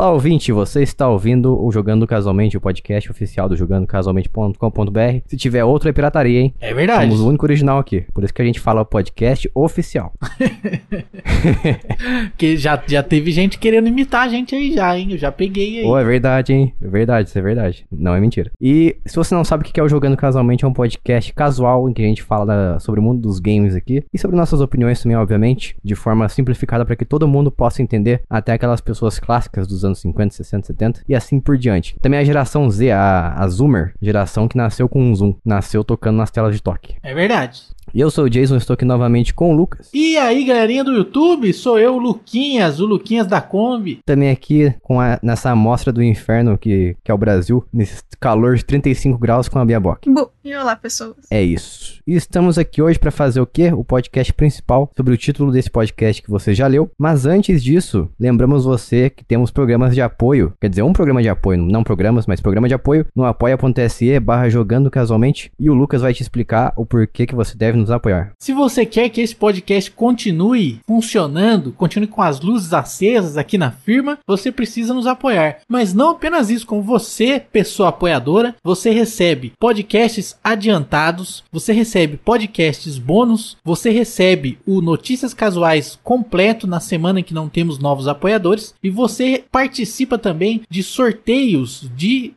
Olá, ouvinte, você está ouvindo o Jogando Casualmente, o podcast oficial do jogandocasualmente.com.br. Se tiver outro é pirataria, hein? É verdade. Somos o único original aqui, por isso que a gente fala podcast oficial. Que já teve gente querendo imitar a gente aí já, hein? Eu já peguei aí. Pô, é verdade, hein? É verdade, isso é verdade. Não é mentira. E se você não sabe o que é o Jogando Casualmente, é um podcast casual em que a gente fala sobre o mundo dos games aqui e sobre nossas opiniões também, obviamente, de forma simplificada para que todo mundo possa entender, até aquelas pessoas clássicas dos anos 50, 60, 70 e assim por diante. Também a geração Z, a Zoomer, geração que nasceu com um zoom, nasceu tocando nas telas de toque. É verdade. E eu sou o Jason, estou aqui novamente com o Lucas. E aí, galerinha do YouTube, sou eu, o Luquinhas da Kombi. Também aqui nessa amostra do inferno que é o Brasil, nesse calor de 35 graus com a Bia Bock. E olá, pessoas. É isso. E estamos aqui hoje para fazer o quê? O podcast principal, sobre o título desse podcast que você já leu. Mas antes disso, lembramos você que temos programas de apoio. Quer dizer, um programa de apoio, não programas, mas programa de apoio no apoia.se/jogando casualmente. E o Lucas vai te explicar o porquê que você deve nos apoiar. Se você quer que esse podcast continue funcionando, continue com as luzes acesas aqui na firma, você precisa nos apoiar. Mas não apenas isso, como você, pessoa apoiadora, você recebe podcasts adiantados, você recebe podcasts bônus, você recebe o Notícias Casuais completo na semana em que não temos novos apoiadores e você participa também de sorteios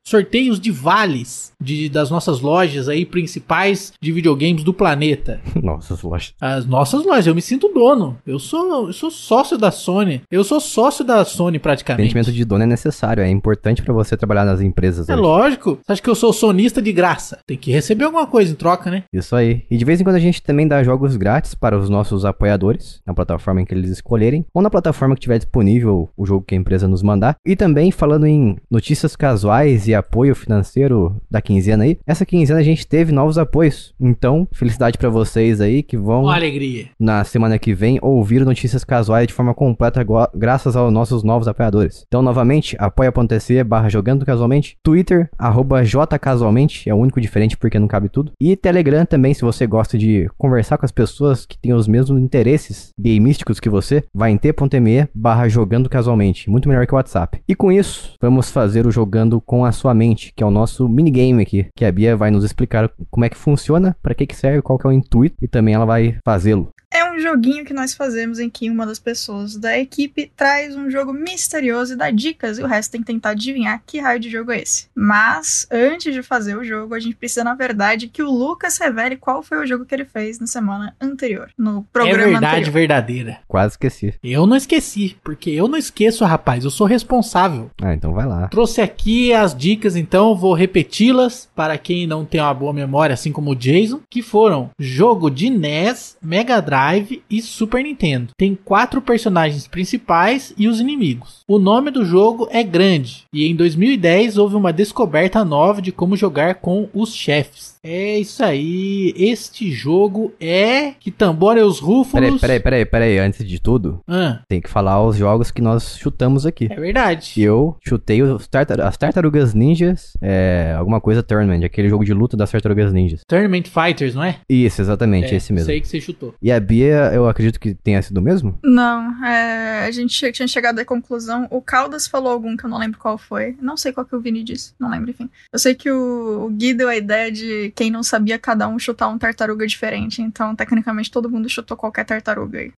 de vales das nossas lojas aí principais de videogames do planeta. Nossas lojas. As nossas lojas, eu me sinto dono. Eu sou sócio da Sony. Eu sou sócio da Sony praticamente. Sentimento de dono é necessário, é importante pra você trabalhar nas empresas. É hoje. lógico. Você acha que eu sou sonista de graça? Tem que receber alguma coisa em troca, né? Isso aí. E de vez em quando a gente também dá jogos grátis para os nossos apoiadores, na plataforma em que eles escolherem, ou na plataforma que tiver disponível o jogo que a empresa nos mandar. E também falando em notícias casuais e apoio financeiro da quinzena aí, essa quinzena a gente teve novos apoios. Então, felicidade pra vocês aí que vão, Uma alegria. na semana que vem, ouvir notícias casuais de forma completa graças aos nossos novos apoiadores. Então, novamente, apoia.se/jogando casualmente, Twitter, @jcasualmente, é o único diferente porque não cabe tudo. E Telegram também, se você gosta de conversar com as pessoas que têm os mesmos interesses gameísticos que você, vai em t.me/jogando casualmente, muito melhor que o WhatsApp. E com isso, vamos fazer o Jogando com a Sua Mente, que é o nosso minigame aqui, que a Bia vai nos explicar como é que funciona, para que serve, qual que é o intuito, e também ela vai fazê-lo. É um joguinho que nós fazemos em que uma das pessoas da equipe traz um jogo misterioso e dá dicas, e o resto tem que tentar adivinhar que raio de jogo é esse. Mas, antes de fazer o jogo, a gente precisa, na verdade, que o Lucas revele qual foi o jogo que ele fez na semana anterior, no programa É verdade anterior. verdadeira. Quase esqueci. Eu não esqueci, porque eu não esqueço, rapaz. Eu sou responsável. Ah, então vai lá. Trouxe aqui as dicas, então vou repeti-las para quem não tem uma boa memória, assim como o Jason, que foram jogo de NES, Mega Drive e Super Nintendo. Tem 4 personagens principais e os inimigos. O nome do jogo é grande e em 2010 houve uma descoberta nova de como jogar com os chefes. É isso aí, este jogo é... Que tambor é os rúfulos... Peraí, antes de tudo, tem que falar os jogos que nós chutamos aqui. É verdade. Eu chutei as Tartarugas Ninjas, alguma coisa Tournament, aquele jogo de luta das Tartarugas Ninjas. Tournament Fighters, não é? Isso, exatamente, esse mesmo. Sei que você chutou. E a Bia, eu acredito que tenha sido o mesmo? Não, a gente tinha chegado à conclusão. O Caldas falou algum que eu não lembro qual foi. Não sei qual que o Vini disse, não lembro, enfim. Eu sei que o Gui deu a ideia de quem não sabia cada um chutar um tartaruga diferente. Então, tecnicamente, todo mundo chutou qualquer tartaruga aí.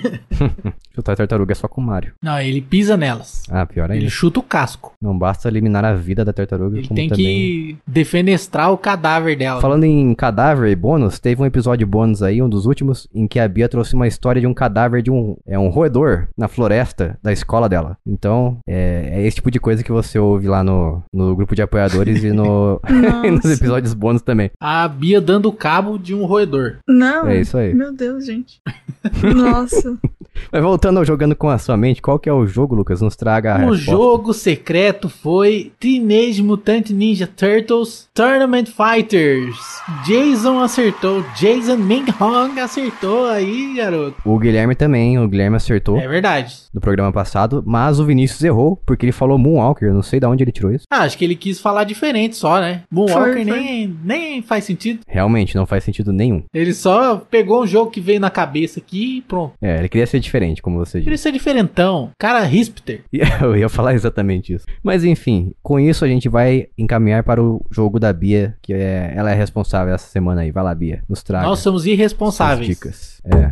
Chutar tartaruga é só com o Mario. Não, ele pisa nelas. Ah, pior ainda. Ele chuta o casco. Não basta eliminar a vida da tartaruga, Ele como tem também... que defenestrar o cadáver dela. Falando em cadáver e bônus, teve um episódio bônus aí, um dos últimos, em que a Bia trouxe uma história de um cadáver de um roedor na floresta da escola dela. Então, é esse tipo de coisa que você ouve lá no grupo de apoiadores e nos episódios bônus também. A Bia dando cabo de um roedor. Não. É isso aí. Meu Deus, gente. Nossa. Mas voltando ao Jogando com a Sua Mente, qual que é o jogo, Lucas? Nos traga a resposta. O jogo secreto foi Teenage Mutant Ninja Turtles Tournament Fighters. Jason acertou. Jason Ming Hong acertou aí, garoto. O Guilherme também, o Guilherme acertou. É verdade. No programa passado, mas o Vinícius errou, porque ele falou Moonwalker, eu não sei de onde ele tirou isso. Acho que ele quis falar diferente só, né? Moonwalker nem faz sentido. Realmente, não faz sentido nenhum. Ele só pegou um jogo que veio na cabeça aqui e pronto. Ele queria ser diferente, como você Queria disse. ser diferentão. Cara hipster. Eu ia falar exatamente isso. Mas enfim, com isso a gente vai encaminhar para o jogo da Bia, que ela é responsável essa semana aí. Vai lá, Bia, nos traga Nós somos suas irresponsáveis. dicas. É.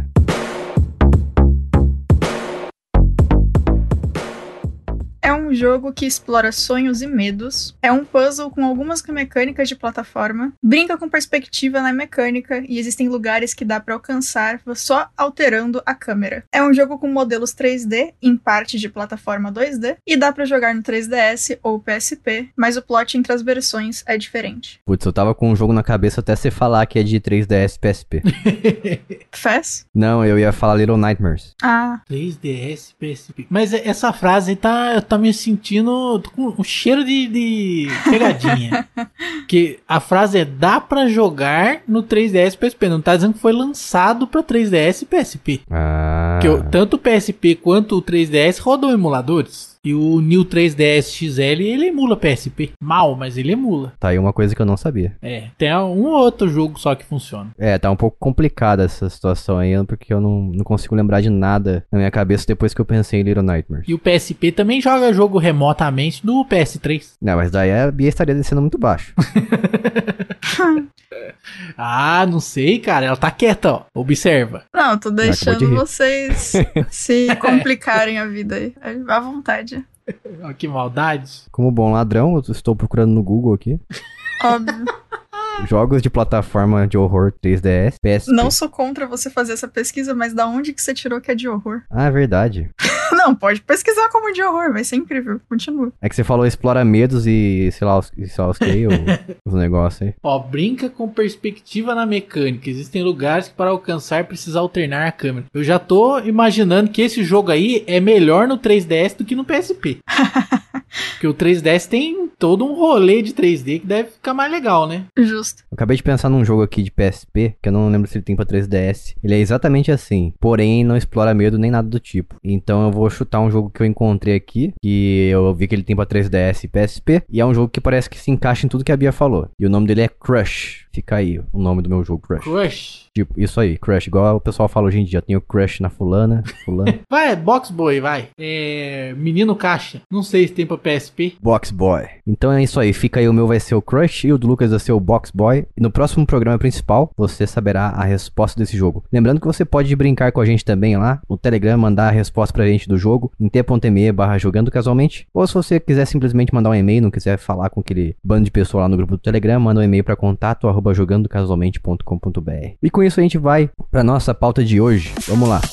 É um jogo que explora sonhos e medos. É um puzzle com algumas mecânicas de plataforma. Brinca com perspectiva na mecânica e existem lugares que dá pra alcançar só alterando a câmera. É um jogo com modelos 3D, em parte de plataforma 2D, e dá pra jogar no 3DS ou PSP, mas o plot entre as versões é diferente. Putz, eu tava com um jogo na cabeça até você falar que é de 3DS PSP. Fez? Não, eu ia falar Little Nightmares. Ah, 3DS, PSP. Mas essa frase tá me sentindo com um cheiro de pegadinha. Que a frase é: dá pra jogar no 3DS PSP. Não tá dizendo que foi lançado pra 3DS e PSP. Ah. Tanto o PSP quanto o 3DS rodam emuladores. E o New 3DS XL, ele emula PSP. Mal, mas ele emula. Tá aí uma coisa que eu não sabia. É, tem um ou outro jogo só que funciona. É, tá um pouco complicada essa situação aí, porque eu não consigo lembrar de nada na minha cabeça depois que eu pensei em Little Nightmares. E o PSP também joga jogo remotamente do PS3. Não, mas daí a Bia estaria descendo muito baixo. Ah, não sei, cara. Ela tá quieta, ó. Observa. não, eu tô acabou de deixando rir. vocês se complicarem a vida aí. À vontade. Ó, que maldade. Como bom ladrão, eu estou procurando no Google aqui. Óbvio. Jogos de plataforma de horror 3DS, PSP. Não sou contra você fazer essa pesquisa, mas da onde que você tirou que é de horror? Ah, é verdade. Não, pode pesquisar como de horror, vai ser incrível. Continua. É que você falou explora medos e sei lá os que, os negócios aí. Ó, brinca com perspectiva na mecânica. Existem lugares que para alcançar precisa alternar a câmera. Eu já tô imaginando que esse jogo aí é melhor no 3DS do que no PSP. Porque o 3DS tem todo um rolê de 3D que deve ficar mais legal, né? Justo. Eu acabei de pensar num jogo aqui de PSP, que eu não lembro se ele tem pra 3DS. Ele é exatamente assim, porém não explora medo nem nada do tipo. Então eu vou chutar um jogo que eu encontrei aqui, que eu vi que ele tem pra 3DS e PSP, e é um jogo que parece que se encaixa em tudo que a Bia falou. E o nome dele é Crush. Fica aí o nome do meu jogo, Crush. Crush. Tipo, isso aí, Crush. Igual o pessoal fala hoje em dia, tem o Crush na fulana. Vai, Box Boy, vai. Menino Caixa. Não sei se tem pra PSP. Box Boy. Então é isso aí, fica aí, o meu vai ser o Crush e o do Lucas vai ser o Box Boy. E no próximo programa principal, você saberá a resposta desse jogo. Lembrando que você pode brincar com a gente também lá no Telegram, mandar a resposta pra gente do jogo em t.me/jogando casualmente. Ou se você quiser simplesmente mandar um e-mail, não quiser falar com aquele bando de pessoas lá no grupo do Telegram, manda um e-mail pra contato@jogandocasualmente.com.br. E com isso a gente vai pra nossa pauta de hoje. Vamos lá.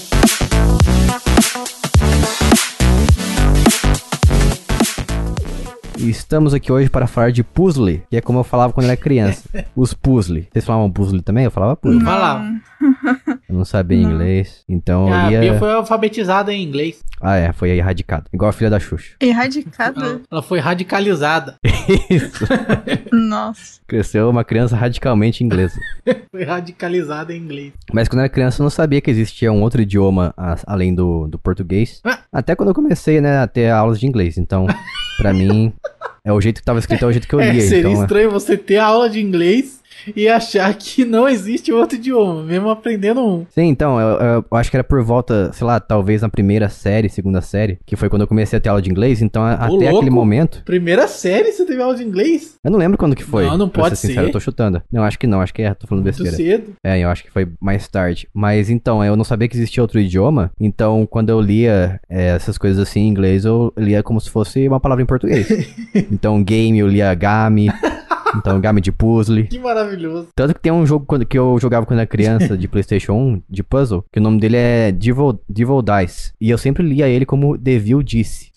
E estamos aqui hoje para falar de puzzle, que é como eu falava quando eu era criança. Os puzzle. Vocês falavam puzzle também? Eu falava puzzle. Vai lá. Eu não sabia inglês, então A eu Bia ia... foi alfabetizada em inglês. Ah, é, foi erradicado. Igual a filha da Xuxa. Erradicada? Ela foi radicalizada. Isso. Nossa. Cresceu uma criança radicalmente inglesa. Foi radicalizada em inglês. Mas quando eu era criança eu não sabia que existia um outro idioma além do português. Ah. Até quando eu comecei, né, a ter aulas de inglês. Então, pra mim, é o jeito que tava escrito, é o jeito que eu lia. Seria então, estranho você ter aula de inglês e achar que não existe outro idioma, mesmo aprendendo um. Sim, então, eu acho que era por volta, sei lá, talvez na primeira série, segunda série, que foi quando eu comecei a ter aula de inglês, então até louco. aquele momento... Primeira série você teve aula de inglês? Eu não lembro quando que foi. Não pra pode ser sincero, ser. eu tô chutando. Não, acho que não, tô falando Muito besteira. cedo. É, eu acho que foi mais tarde. Mas então, eu não sabia que existia outro idioma, então quando eu lia essas coisas assim em inglês, eu lia como se fosse uma palavra em português. Então, game, eu lia game... Então, game de puzzle. Que maravilhoso. Tanto que tem um jogo que eu jogava quando era criança, de PlayStation 1, de puzzle, que o nome dele é Devil Dice. E eu sempre lia ele como Devil Disse.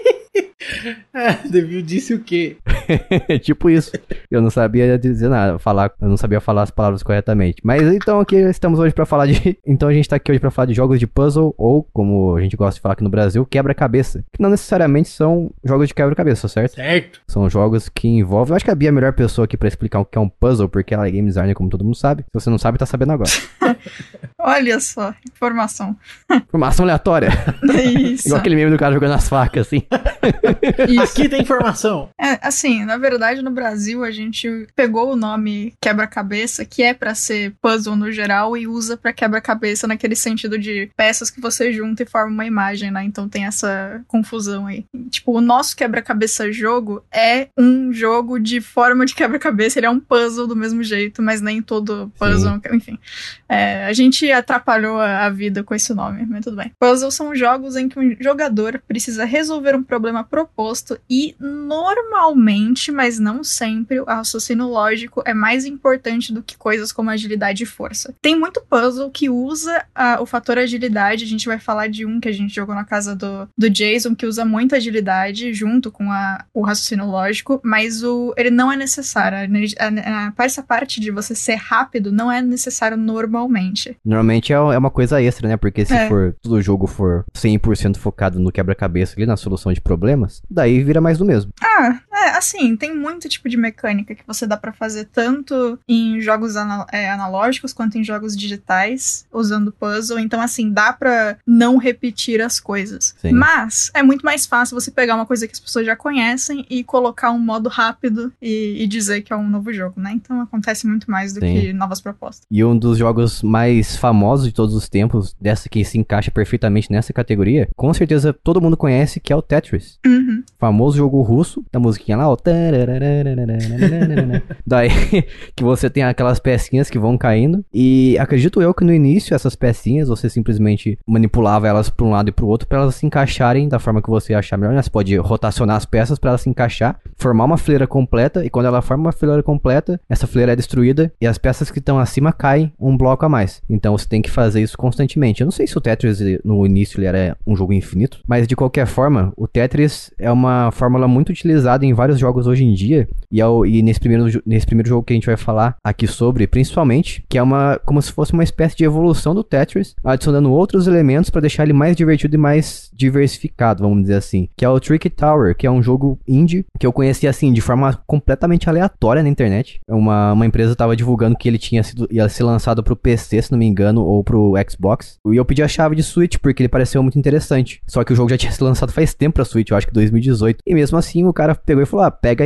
Devil disse o quê? Tipo isso. Eu não sabia dizer nada, eu não sabia falar as palavras corretamente. Mas então aqui estamos hoje pra falar de... Então a gente tá aqui hoje pra falar de jogos de puzzle, ou como a gente gosta de falar aqui no Brasil, quebra-cabeça. Que não necessariamente são jogos de quebra-cabeça, certo? Certo. São jogos que envolvem... Eu acho que a Bia é a melhor pessoa aqui pra explicar o que é um puzzle, porque ela é game designer, como todo mundo sabe. Se você não sabe, tá sabendo agora. Olha só, informação. Informação aleatória. Isso. Igual aquele meme do cara jogando as facas, assim. Aqui tem informação. Assim, na verdade, no Brasil, a gente pegou o nome quebra-cabeça, que é pra ser puzzle no geral, e usa pra quebra-cabeça naquele sentido de peças que você junta e forma uma imagem, né? Então tem essa confusão aí. Tipo, o nosso quebra-cabeça jogo é um jogo de forma de quebra-cabeça, ele é um puzzle do mesmo jeito, mas nem todo puzzle, enfim. A gente atrapalhou a vida com esse nome, mas tudo bem. Puzzles são jogos em que um jogador precisa resolver um problema proposto e normalmente, mas não sempre, o raciocínio lógico é mais importante do que coisas como agilidade e força. Tem muito puzzle que usa o fator agilidade, a gente vai falar de um que a gente jogou na casa do Jason, que usa muito agilidade junto com o raciocínio lógico, mas ele não é necessário. Essa parte de você ser rápido não é necessário normalmente. Normalmente é uma coisa extra, né? Porque se todo o jogo for 100% focado no quebra-cabeça ali, na solução de problemas, daí vira mais do mesmo. Assim, tem muito tipo de mecânica que você dá pra fazer tanto em jogos analógicos quanto em jogos digitais, usando puzzle. Então, assim, dá pra não repetir as coisas. Sim. Mas é muito mais fácil você pegar uma coisa que as pessoas já conhecem e colocar um modo rápido e dizer que é um novo jogo, né? Então acontece muito mais do que novas propostas. E um dos jogos mais famosos de todos os tempos, dessa que se encaixa perfeitamente nessa categoria, com certeza todo mundo conhece, que é o Tetris. Uhum. Famoso jogo russo, da musiquinha lá, ó. Daí que você tem aquelas pecinhas que vão caindo. E acredito eu que no início essas pecinhas você simplesmente manipulava elas para um lado e para o outro para elas se encaixarem da forma que você achar melhor, né? Você pode rotacionar as peças para elas se encaixar, formar uma fileira completa, e quando ela forma uma fileira completa, essa fileira é destruída e as peças que estão acima caem um bloco a mais. Então você tem que fazer isso constantemente. Eu não sei se o Tetris no início ele era um jogo infinito, mas de qualquer forma, o Tetris é uma fórmula muito utilizada em vários jogos hoje em dia, e nesse primeiro jogo que a gente vai falar aqui sobre, principalmente, que é como se fosse uma espécie de evolução do Tetris, adicionando outros elementos para deixar ele mais divertido e mais diversificado, vamos dizer assim, que é o Trick Tower, que é um jogo indie que eu conheci assim de forma completamente aleatória na internet. Uma empresa estava divulgando que ele ia ser lançado pro PC, se não me engano, ou pro Xbox, e eu pedi a chave de Switch porque ele pareceu muito interessante, só que o jogo já tinha sido lançado faz tempo pra Switch, eu acho que 2018, e mesmo assim o cara pegou e falou, pega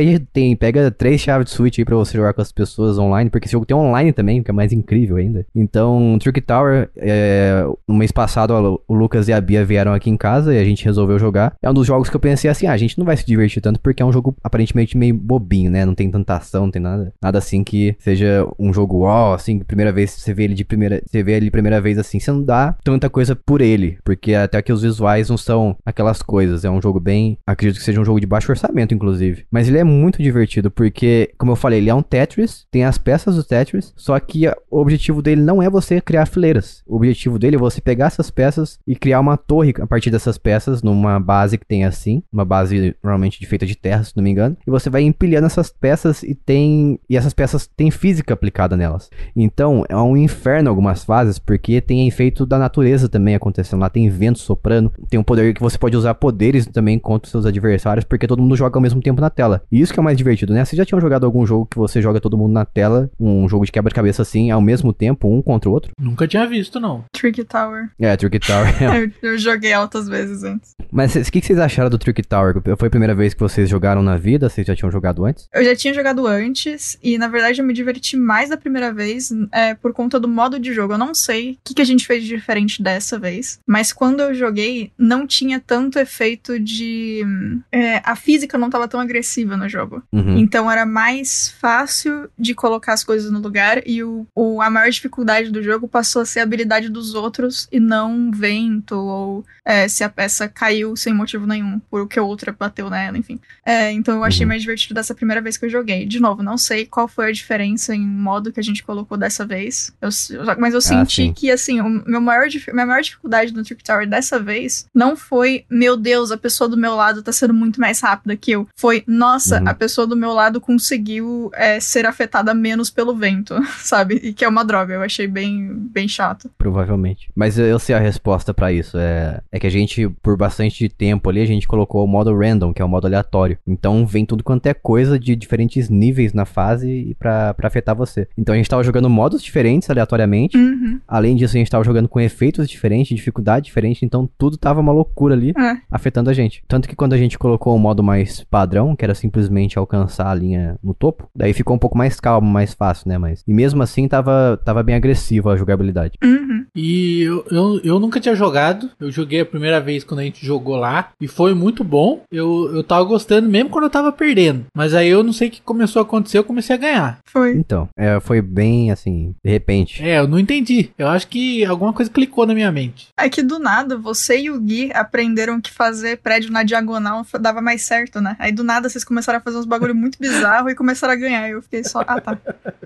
3 chaves de Switch aí pra você jogar com as pessoas online, porque esse jogo tem online também, o que é mais incrível ainda. Então, Trick Tower, no mês passado o Lucas e a Bia vieram aqui em casa e a gente resolveu jogar. É um dos jogos que eu pensei assim, a gente não vai se divertir tanto porque é um jogo aparentemente meio bobinho, né? Não tem tanta ação, não tem nada assim que seja um jogo assim, primeira vez você vê ele primeira vez assim, você não dá tanta coisa por ele, porque até que os visuais não são aquelas coisas. É um jogo acredito que seja um jogo de baixo orçamento, inclusive. Mas ele é muito divertido, porque, como eu falei, ele é um Tetris, tem as peças do Tetris, só que o objetivo dele não é você criar fileiras. O objetivo dele é você pegar essas peças e criar uma torre a partir dessas peças, numa base que tem assim, uma base normalmente feita de terra, se não me engano, e você vai empilhando essas peças e essas peças têm física aplicada nelas. Então, é um inferno algumas fases, porque tem efeito da natureza também acontecendo lá, tem vento soprando, tem um poder que você pode usar poderes também contra os seus adversários, porque todo mundo joga ao mesmo tempo na tela. E isso que é o mais divertido, né? Vocês já tinham jogado algum jogo que você joga todo mundo na tela, um jogo de quebra-cabeça assim, ao mesmo tempo, um contra o outro? Nunca tinha visto, não. Trick Tower. Trick Tower. Eu joguei altas vezes antes. Mas o que vocês acharam do Trick Tower? Foi a primeira vez que vocês jogaram na vida? Vocês já tinham jogado antes? Eu já tinha jogado antes, e na verdade eu me diverti mais da primeira vez por conta do modo de jogo. Eu não sei o que a gente fez de diferente dessa vez, mas quando eu joguei, não tinha tanto efeito de... a física não estava tão agressiva no jogo. Uhum. Então era mais fácil de colocar as coisas no lugar, e a maior dificuldade do jogo passou a ser a habilidade dos outros e não vento, ou se a peça caiu sem motivo nenhum, porque o outro bateu nela, enfim. Então eu achei mais divertido dessa primeira vez que eu joguei. De novo, não sei qual foi a diferença em modo que a gente colocou dessa vez, mas eu senti que, assim, minha maior dificuldade no Trick Tower dessa vez não foi, meu Deus, a pessoa do meu lado tá sendo muito mais rápida que eu. Foi, nossa, a pessoa do meu lado conseguiu ser afetada menos pelo vento, sabe? E que é uma droga, eu achei bem chato. Provavelmente. Mas eu sei a resposta pra isso. É que a gente, por bastante tempo ali, a gente colocou o modo random, que é o modo aleatório. Então vem tudo quanto é coisa de diferentes níveis na fase e pra afetar você. Então a gente tava jogando modos diferentes aleatoriamente. Além disso, a gente tava jogando com efeitos diferentes, dificuldade diferente. Então tudo tava uma loucura ali, afetando a gente. Tanto que quando a gente colocou o modo mais padrão, que era simplesmente alcançar a linha no topo, daí ficou um pouco mais calmo, mais fácil, né? E mesmo assim tava bem agressiva a jogabilidade. E eu nunca tinha jogado. Eu joguei a primeira vez quando a gente jogou lá. E foi muito bom. Eu tava gostando mesmo quando eu tava perdendo. Mas aí eu não sei o que começou a acontecer. Eu comecei a ganhar. Foi. Então, foi bem assim, de repente. Eu não entendi. Eu acho que alguma coisa clicou na minha mente. É que do nada, você e o Gui aprenderam que fazer prédio na diagonal dava mais certo, né? Aí do nada vocês começaram a fazer uns bagulho muito bizarro e começaram a ganhar. Eu fiquei só, tá.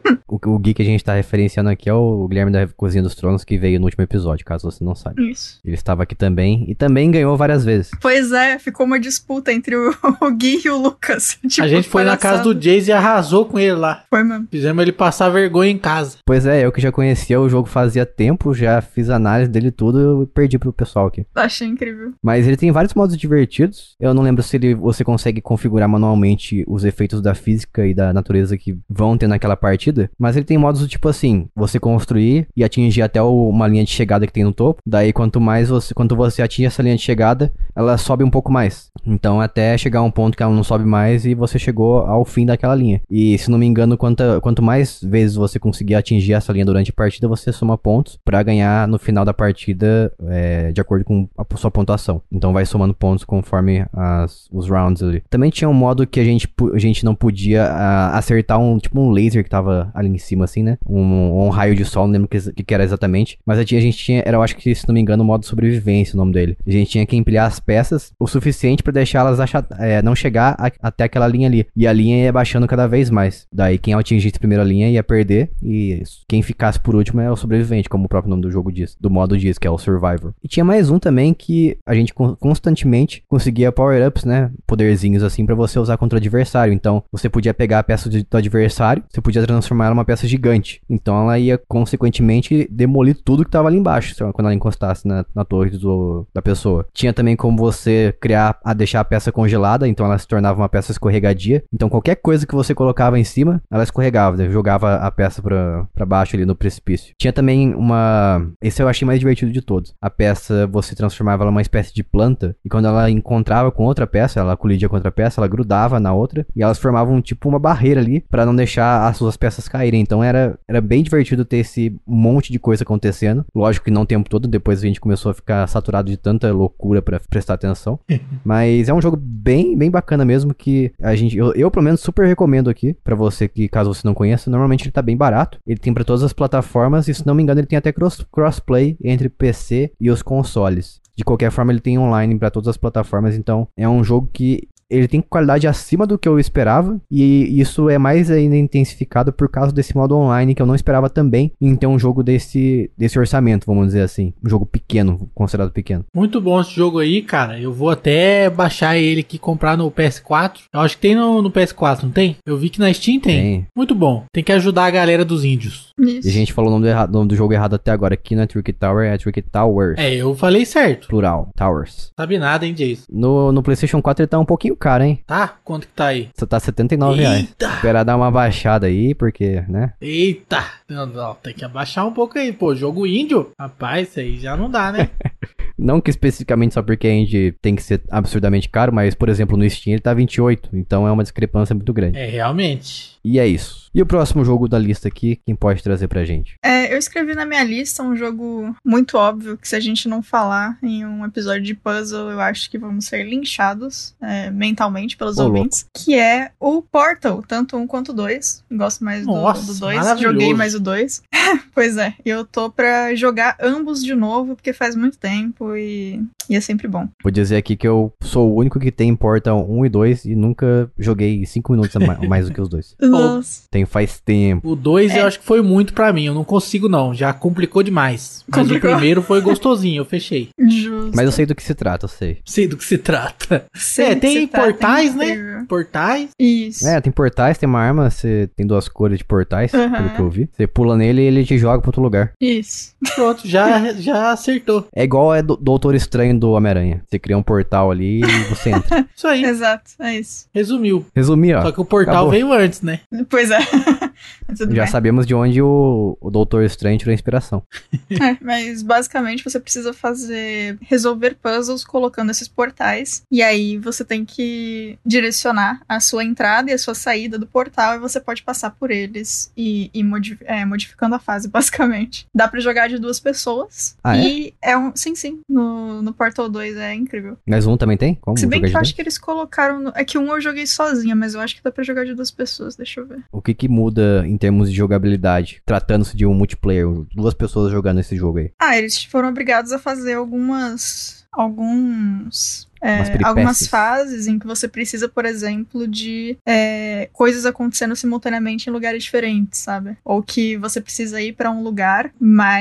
O Gui que a gente tá referenciando aqui é o Guilherme da Cozinha dos Tronos, que veio no último episódio, caso você não saiba. Isso. Ele estava aqui também e também ganhou várias vezes. Pois é, ficou uma disputa entre o Gui e o Lucas. Tipo, a gente foi na casa do Jace e arrasou com ele lá. Foi mesmo. Fizemos ele passar vergonha em casa. Pois é, eu que já conhecia o jogo fazia tempo, já fiz análise dele tudo e perdi pro pessoal aqui. Achei incrível. Mas ele tem vários modos divertidos. Eu não lembro se você consegue configurar manualmente os efeitos da física e da natureza que vão ter naquela partida. Mas ele tem modos do tipo assim, você construir e atingir até uma linha de chegada que tem no topo. Daí quanto você atinge essa linha de chegada, ela sobe um pouco mais. Então até chegar a um ponto que ela não sobe mais e você chegou ao fim daquela linha. E se não me engano, quanto mais vezes você conseguir atingir essa linha durante a partida, você soma pontos pra ganhar no final da partida de acordo com a sua pontuação. Então vai somando pontos conforme os rounds ali. Também tinha um modo que a gente não podia acertar um laser que tava ali em cima assim, né? Um raio de sol, não lembro o que era exatamente. Mas a gente tinha, eu acho que se não me engano, o modo sobrevivência o nome dele. A gente tinha que empilhar as peças o suficiente pra deixá-las não chegar até aquela linha ali. E a linha ia baixando cada vez mais. Daí quem atingisse a primeira linha ia perder. E quem ficasse por último é o sobrevivente, como o próprio nome do jogo diz. Do modo diz, que é o Survivor. E tinha mais um também que a gente constantemente conseguia power-ups, né? Poderzinhos assim pra você usar contra o adversário. Então você podia pegar a peça do adversário, você podia transformar ela numa peça gigante. Então ela ia consequentemente demolir tudo que tava ali embaixo, quando ela encostasse na torre da pessoa. Tinha também como você deixar a peça congelada, então ela se tornava uma peça escorregadia. Então qualquer coisa que você colocava em cima, ela escorregava, né? Jogava a peça pra baixo ali no precipício. Tinha também esse eu achei mais divertido de todos. A peça, você transformava ela numa espécie de planta, e quando ela encontrava com outra peça, ela colidia com outra peça, ela grudava na outra, e elas formavam tipo uma barreira ali, pra não deixar as suas peças caírem. Então era bem divertido ter esse monte de coisa acontecendo. Lógico que não o tempo todo, depois a gente começou a ficar saturado de tanta loucura pra prestar atenção. Mas é um jogo bem, bem bacana mesmo, que eu pelo menos super recomendo aqui, pra você que, caso você não conheça. Normalmente ele tá bem barato, ele tem pra todas as plataformas, e se não me engano ele tem até crossplay entre PC e os consoles. De qualquer forma ele tem online pra todas as plataformas, então é um jogo que ele tem qualidade acima do que eu esperava, e isso é mais ainda intensificado por causa desse modo online, que eu não esperava também em ter um jogo desse orçamento, vamos dizer assim. Um jogo pequeno, considerado pequeno. Muito bom esse jogo aí, cara. Eu vou até baixar ele aqui e comprar no PS4. Eu acho que tem no PS4, não tem? Eu vi que na Steam tem. Muito bom. Tem que ajudar a galera dos índios. Isso. E a gente falou o nome do jogo errado até agora. Aqui não é Tricky Tower, é Tricky Towers. Eu falei certo. Plural, Towers. Sabe nada, hein, Jason? No PlayStation 4 ele tá um pouquinho caro, hein? Tá? Quanto que tá aí? Você tá R$79. Eita! Esperar dar uma baixada aí, porque, né? Eita! Não, tem que abaixar um pouco aí. Pô, jogo índio? Rapaz, isso aí já não dá, né? Não que especificamente só porque a indie tem que ser absurdamente caro, mas, por exemplo, no Steam ele tá 28, então é uma discrepância muito grande. Realmente. E é isso. E o próximo jogo da lista aqui, quem pode trazer pra gente? Eu escrevi na minha lista um jogo muito óbvio, que se a gente não falar em um episódio de puzzle, eu acho que vamos ser linchados mentalmente pelos ouvintes. Louco. Que é o Portal, tanto 1 quanto 2. Gosto mais do 2, joguei mais o 2. Pois é, eu tô pra jogar ambos de novo, porque faz muito tempo. tempo e é sempre bom. Vou dizer aqui que eu sou o único que tem Portal 1 e 2 e nunca joguei 5 minutos a mais do que os dois. Nossa. Tem faz tempo. O 2 eu acho que foi muito pra mim, eu não consigo não, já complicou demais. Mas Complicou. o primeiro foi gostosinho, eu fechei. Justo. Mas eu sei do que se trata, eu sei. Sei do que se trata. Sei que tem você tá, portais, né? incrível. Portais. Isso. Tem portais, tem uma arma, você tem 2 cores de portais, Uhum. pelo que eu vi. Você pula nele e ele te joga pra outro lugar. Isso. Pronto, já acertou. É igual do Doutor Estranho do Homem-Aranha. Você cria um portal ali e você entra. Isso aí, Exato, é isso. resumiu. Resumir, ó. Só que o portal acabou. veio antes, né? Pois é. Mas tudo Já bem. sabemos de onde o Doutor Estranho tirou a inspiração. Mas basicamente você precisa resolver puzzles colocando esses portais. E aí você tem que direcionar a sua entrada e a sua saída do portal. E você pode passar por eles e modificando a fase, basicamente. Dá pra jogar de 2 pessoas. Ah, é? E sim. No Portal 2 é incrível. Mas um também tem? Como Se bem jogar que de eu dois? acho que eles colocaram. É que um eu joguei sozinha, mas eu acho que dá pra jogar de 2 pessoas. Deixa eu ver. O que muda em termos de jogabilidade, tratando-se de um multiplayer, 2 pessoas jogando esse jogo aí? Eles foram obrigados a fazer algumas peripécias. algumas fases em que você precisa, por exemplo, de coisas acontecendo simultaneamente em lugares diferentes, sabe? Ou que você precisa ir pra um lugar,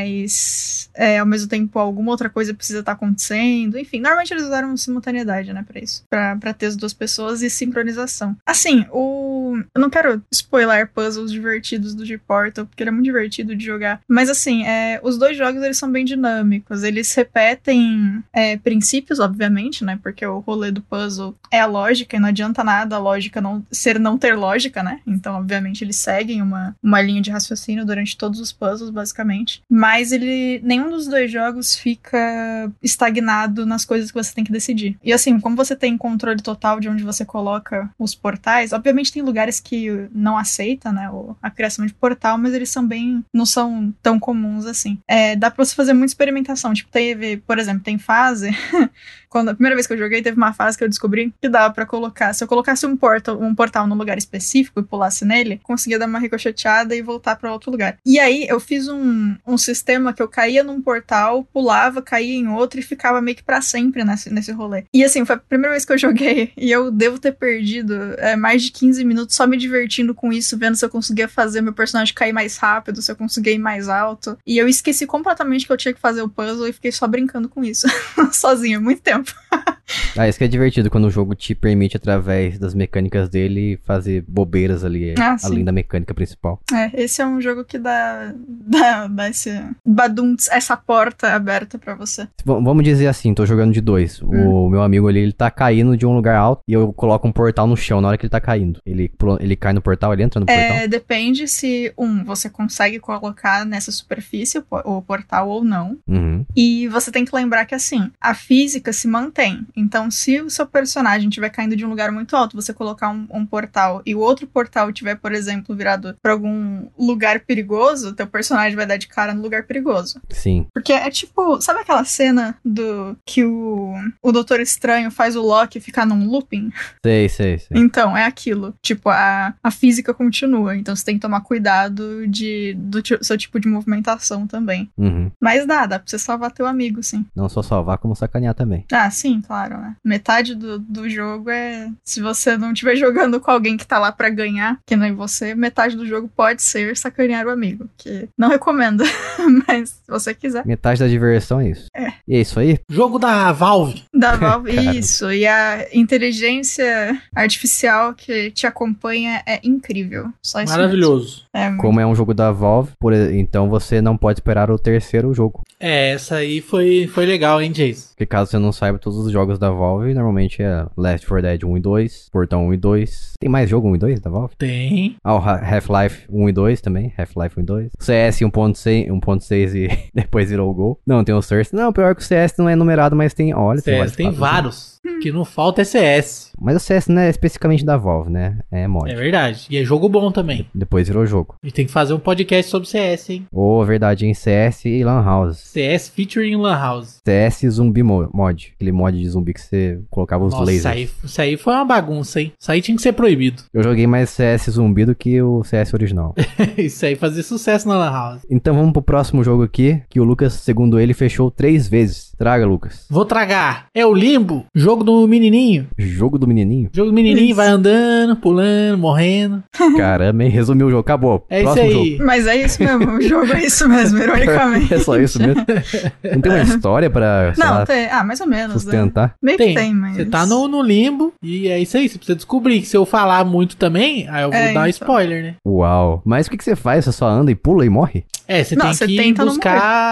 mas ao mesmo tempo alguma outra coisa precisa estar acontecendo. Enfim, normalmente eles usaram simultaneidade, né, pra isso. Pra ter as 2 pessoas e sincronização. Assim, eu não quero spoiler puzzles divertidos do G-Portal, porque ele é muito divertido de jogar. Mas assim, os 2 jogos eles são bem dinâmicos. Eles repetem princípios, obviamente, né? Porque o rolê do puzzle é a lógica e não adianta nada a lógica não ter lógica, né? Então, obviamente, eles seguem uma linha de raciocínio durante todos os puzzles, basicamente. Mas nenhum dos 2 jogos fica estagnado nas coisas que você tem que decidir. E assim, como você tem controle total de onde você coloca os portais, obviamente tem lugares que não aceita, né? A criação de portal, mas eles não são tão comuns assim. Dá pra você fazer muita experimentação. Tipo, por exemplo, tem fase... A primeira vez que eu joguei, teve uma fase que eu descobri que dava pra colocar. Se eu colocasse um portal num lugar específico e pulasse nele, conseguia dar uma ricocheteada e voltar pra outro lugar. E aí, eu fiz um sistema que eu caía num portal, pulava, caía em outro e ficava meio que pra sempre nesse rolê. E assim, foi a primeira vez que eu joguei e eu devo ter perdido mais de 15 minutos só me divertindo com isso, vendo se eu conseguia fazer meu personagem cair mais rápido, se eu conseguia ir mais alto. E eu esqueci completamente que eu tinha que fazer o puzzle e fiquei só brincando com isso. Sozinha, muito tempo. Isso que é divertido, quando o jogo te permite, através das mecânicas dele, fazer bobeiras ali, além da mecânica principal. Esse é um jogo que dá esse badunts, essa porta aberta pra você. Vamos dizer assim, tô jogando de 2. O meu amigo ali, ele tá caindo de um lugar alto e eu coloco um portal no chão na hora que ele tá caindo. Ele cai no portal, ele entra no portal? Depende se, você consegue colocar nessa superfície o portal ou não. Uhum. E você tem que lembrar que, assim, a física se mantém. Então, se o seu personagem estiver caindo de um lugar muito alto, você colocar um portal e o outro portal estiver, por exemplo, virado pra algum lugar perigoso, teu personagem vai dar de cara no lugar perigoso. Sim. Porque é tipo, sabe aquela cena que o Doutor Estranho faz o Loki ficar num looping? Sei. Então, é aquilo. Tipo, a física continua. Então, você tem que tomar cuidado do seu tipo de movimentação também. Uhum. Mas dá pra você salvar teu amigo, sim. Não só salvar, como sacanear também. Sim, claro, né? Metade do jogo é... Se você não estiver jogando com alguém que tá lá pra ganhar, que nem você, metade do jogo pode ser sacanear o amigo. Que não recomendo, mas se você quiser. Metade da diversão é isso. E é isso aí? Jogo da Valve. Da Valve, isso. E a inteligência artificial que te acompanha é incrível. Só isso Maravilhoso. mesmo. Como é um jogo da Valve, então você não pode esperar o terceiro jogo. Essa aí foi legal, hein, Jason? Porque caso você não saiba, todos os jogos da Valve normalmente é Left 4 Dead 1 e 2, Portão 1 e 2. Tem mais jogo 1 e 2 da Valve? Tem. O Half-Life 1 e 2 também, Half-Life 1 e 2. CS 1.6 e depois virou o Gol. Não, tem o Source. Não, pior que o CS não é numerado, mas tem... Olha, CS tem vários. vários. Que não falta é CS. Mas o CS não é especificamente da Valve, né? É mod. É verdade. E é jogo bom também. Depois virou jogo. A gente tem que fazer um podcast sobre CS, hein? Ou, verdade, em CS e Lan House. CS featuring Lan House. CS zumbi mod. Aquele mod de zumbi que você colocava os Nossa, lasers. isso aí foi uma bagunça, hein? Isso aí tinha que ser proibido. Eu joguei mais CS zumbi do que o CS original. Isso aí fazia sucesso na Lan House. Então vamos pro próximo jogo aqui, que o Lucas, segundo ele, fechou 3 vezes. Traga, Lucas. Vou tragar. É o Limbo, jogo do menininho. Jogo do menininho? Jogo do menininho, Isso. vai andando, pulando, morrendo. Caramba, hein? Resumiu o jogo. Acabou. É Próximo isso aí. jogo. Mas é isso mesmo, o jogo é isso mesmo, ironicamente. É só isso mesmo? Não tem uma história pra, sei Não, lá, tem. Ah, mais ou menos, né? sustentar? Meio que tem, mas... Você tá no limbo e é isso aí. Você precisa descobrir que se eu falar muito também, aí eu vou É, dar então. spoiler, né? Uau. Mas o que você faz? Você só anda e pula e morre? É, você Não, tem você que tenta não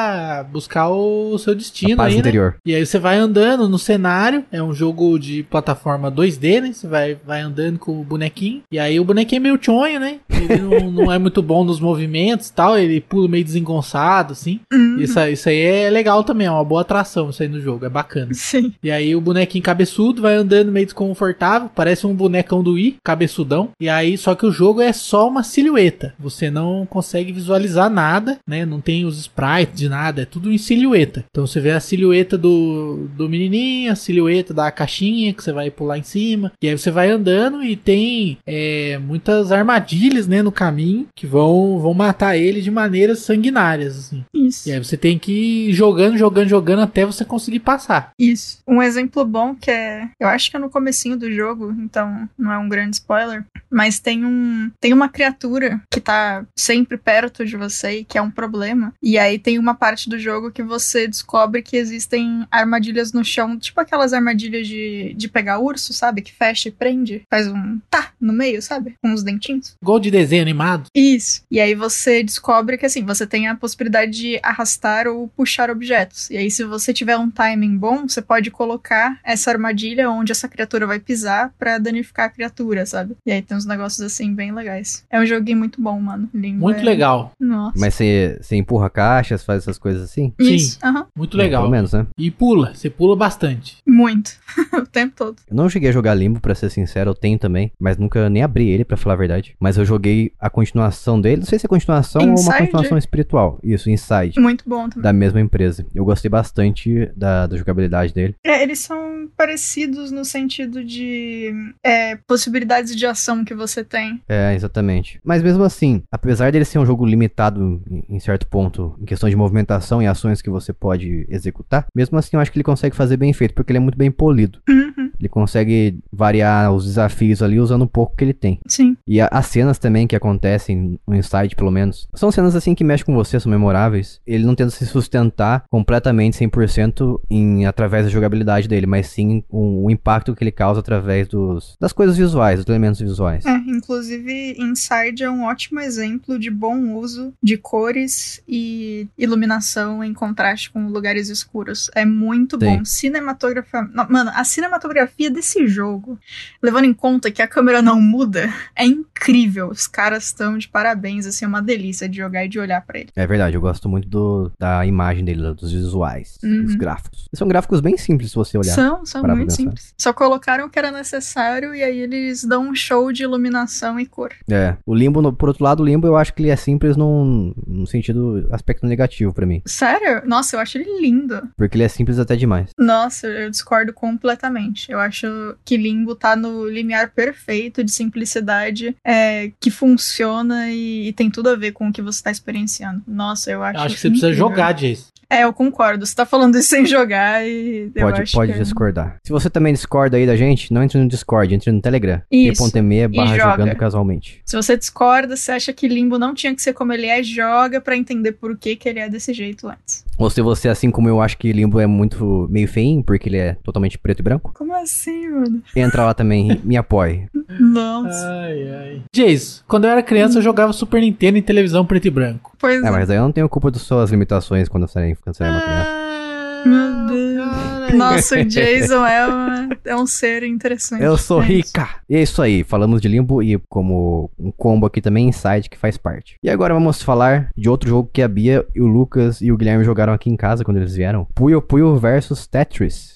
buscar o seu A destino paz aí, né? interior. E aí você vai andando no cenário, é um jogo de plataforma 2D, né? Você vai andando com o bonequinho. E aí o bonequinho é meio tchonho, né? Ele não é muito bom nos movimentos e tal, ele pula meio desengonçado, assim. Uhum. Isso aí é legal também, é uma boa atração isso aí no jogo, é bacana. Sim. E aí o bonequinho cabeçudo vai andando meio desconfortável, parece um bonecão do Wii, cabeçudão. E aí, só que o jogo é só uma silhueta. Você não consegue visualizar nada, né? Não tem os sprites de nada, é tudo em silhueta. Então você vê a silhueta do menininho, a silhueta da caixinha que você vai pular em cima. E aí você vai andando e tem muitas armadilhas, né, no caminho que vão matar ele de maneiras sanguinárias, assim. Isso. E aí você tem que ir jogando até você conseguir passar. Isso. Um exemplo bom que eu acho que é no comecinho do jogo, então não é um grande spoiler, mas tem uma criatura que tá sempre perto de você e que é um problema. E aí tem uma parte do jogo que você descobre que existem armadilhas no chão, tipo aquelas armadilhas de pegar urso, sabe? Que fecha e prende, faz um tá no meio, sabe? Com os dentinhos. Igual de desenho animado. Isso. E aí você descobre que assim, você tem a possibilidade de arrastar ou puxar objetos. E aí se você tiver um timing bom, você pode colocar essa armadilha onde essa criatura vai pisar pra danificar a criatura, sabe? E aí tem uns negócios assim bem legais. É um joguinho muito bom, mano. Limbo Muito legal. Nossa. Mas você empurra caixas, faz essas coisas assim? Isso. Aham. Muito Não, legal. pelo menos, né? E pula. Você pula bastante. Muito. O tempo todo. Eu não cheguei a jogar Limbo, pra ser sincero, eu tenho também, mas nunca nem abri ele, pra falar a verdade. Mas eu joguei a continuação dele, não sei se é continuação ou uma Inside? continuação espiritual. Isso, Inside, Muito bom também. da mesma empresa. Eu gostei bastante da jogabilidade dele. Eles são parecidos no sentido de possibilidades de ação que você tem. É, exatamente. Mas mesmo assim, apesar dele ser um jogo limitado em certo ponto, em questão de movimentação e ações que você pode executar, mesmo assim eu acho que ele consegue fazer bem feito, porque ele é muito bem polido. Uhum. Ele consegue variar os desafios ali usando o pouco que ele tem. Sim. E as cenas também que acontecem no Inside, pelo menos, são cenas assim que mexem com você, são memoráveis. Ele não tenta se sustentar completamente 100% através da jogabilidade dele, mas sim o impacto que ele causa através das coisas visuais, dos elementos visuais. Inclusive, Inside é um ótimo exemplo de bom uso de cores e iluminação em contraste com lugares escuros. É muito Sim. bom. Mano, a cinematografia desse jogo, levando em conta que a câmera não muda, é incrível. Os caras estão de parabéns, assim, é uma delícia de jogar e de olhar pra ele. É verdade, eu gosto muito da imagem dele, dos visuais, dos gráficos. E são gráficos bem simples se você olhar. São parar pra muito pensar. simples. Só colocaram o que era necessário e aí eles dão um show de iluminação e cor. O Limbo, por outro lado, o Limbo eu acho que ele é simples num sentido, aspecto negativo pra mim. Sério? Nossa, eu acho ele lindo. Porque ele é simples até demais. Nossa, eu discordo completamente. Eu acho que Limbo tá no limiar perfeito de simplicidade, que funciona e tem tudo a ver com o que você tá experienciando. Nossa, eu acho Eu acho que você precisa incrível. jogar, Jace. Eu concordo. Você tá falando isso sem jogar e eu acho Pode que... discordar. Se você também discorda aí da gente, não entre no Discord, entre no Telegram. Isso. t.me/jogando joga. casualmente. Se você discorda, você acha que Limbo não tinha que ser como ele é, joga pra entender por que ele é desse jeito antes. Ou se você, assim como eu, acha que Limbo é muito meio feinho, porque ele é totalmente preto e branco, Como assim, mano? entra lá também e me apoie. Nossa. Ai. Jace, quando eu era criança eu jogava Super Nintendo em televisão preto e branco. Pois Mas aí eu não tenho culpa das suas limitações quando você é uma criança. Meu Deus. Cara. Nossa, o Jason é um ser interessante. Eu sou É isso. rica! E é isso aí, falamos de Limbo e como um combo aqui também, Inside, que faz parte. E agora vamos falar de outro jogo que a Bia, e o Lucas e o Guilherme jogaram aqui em casa quando eles vieram. Puyo Puyo vs Tetris.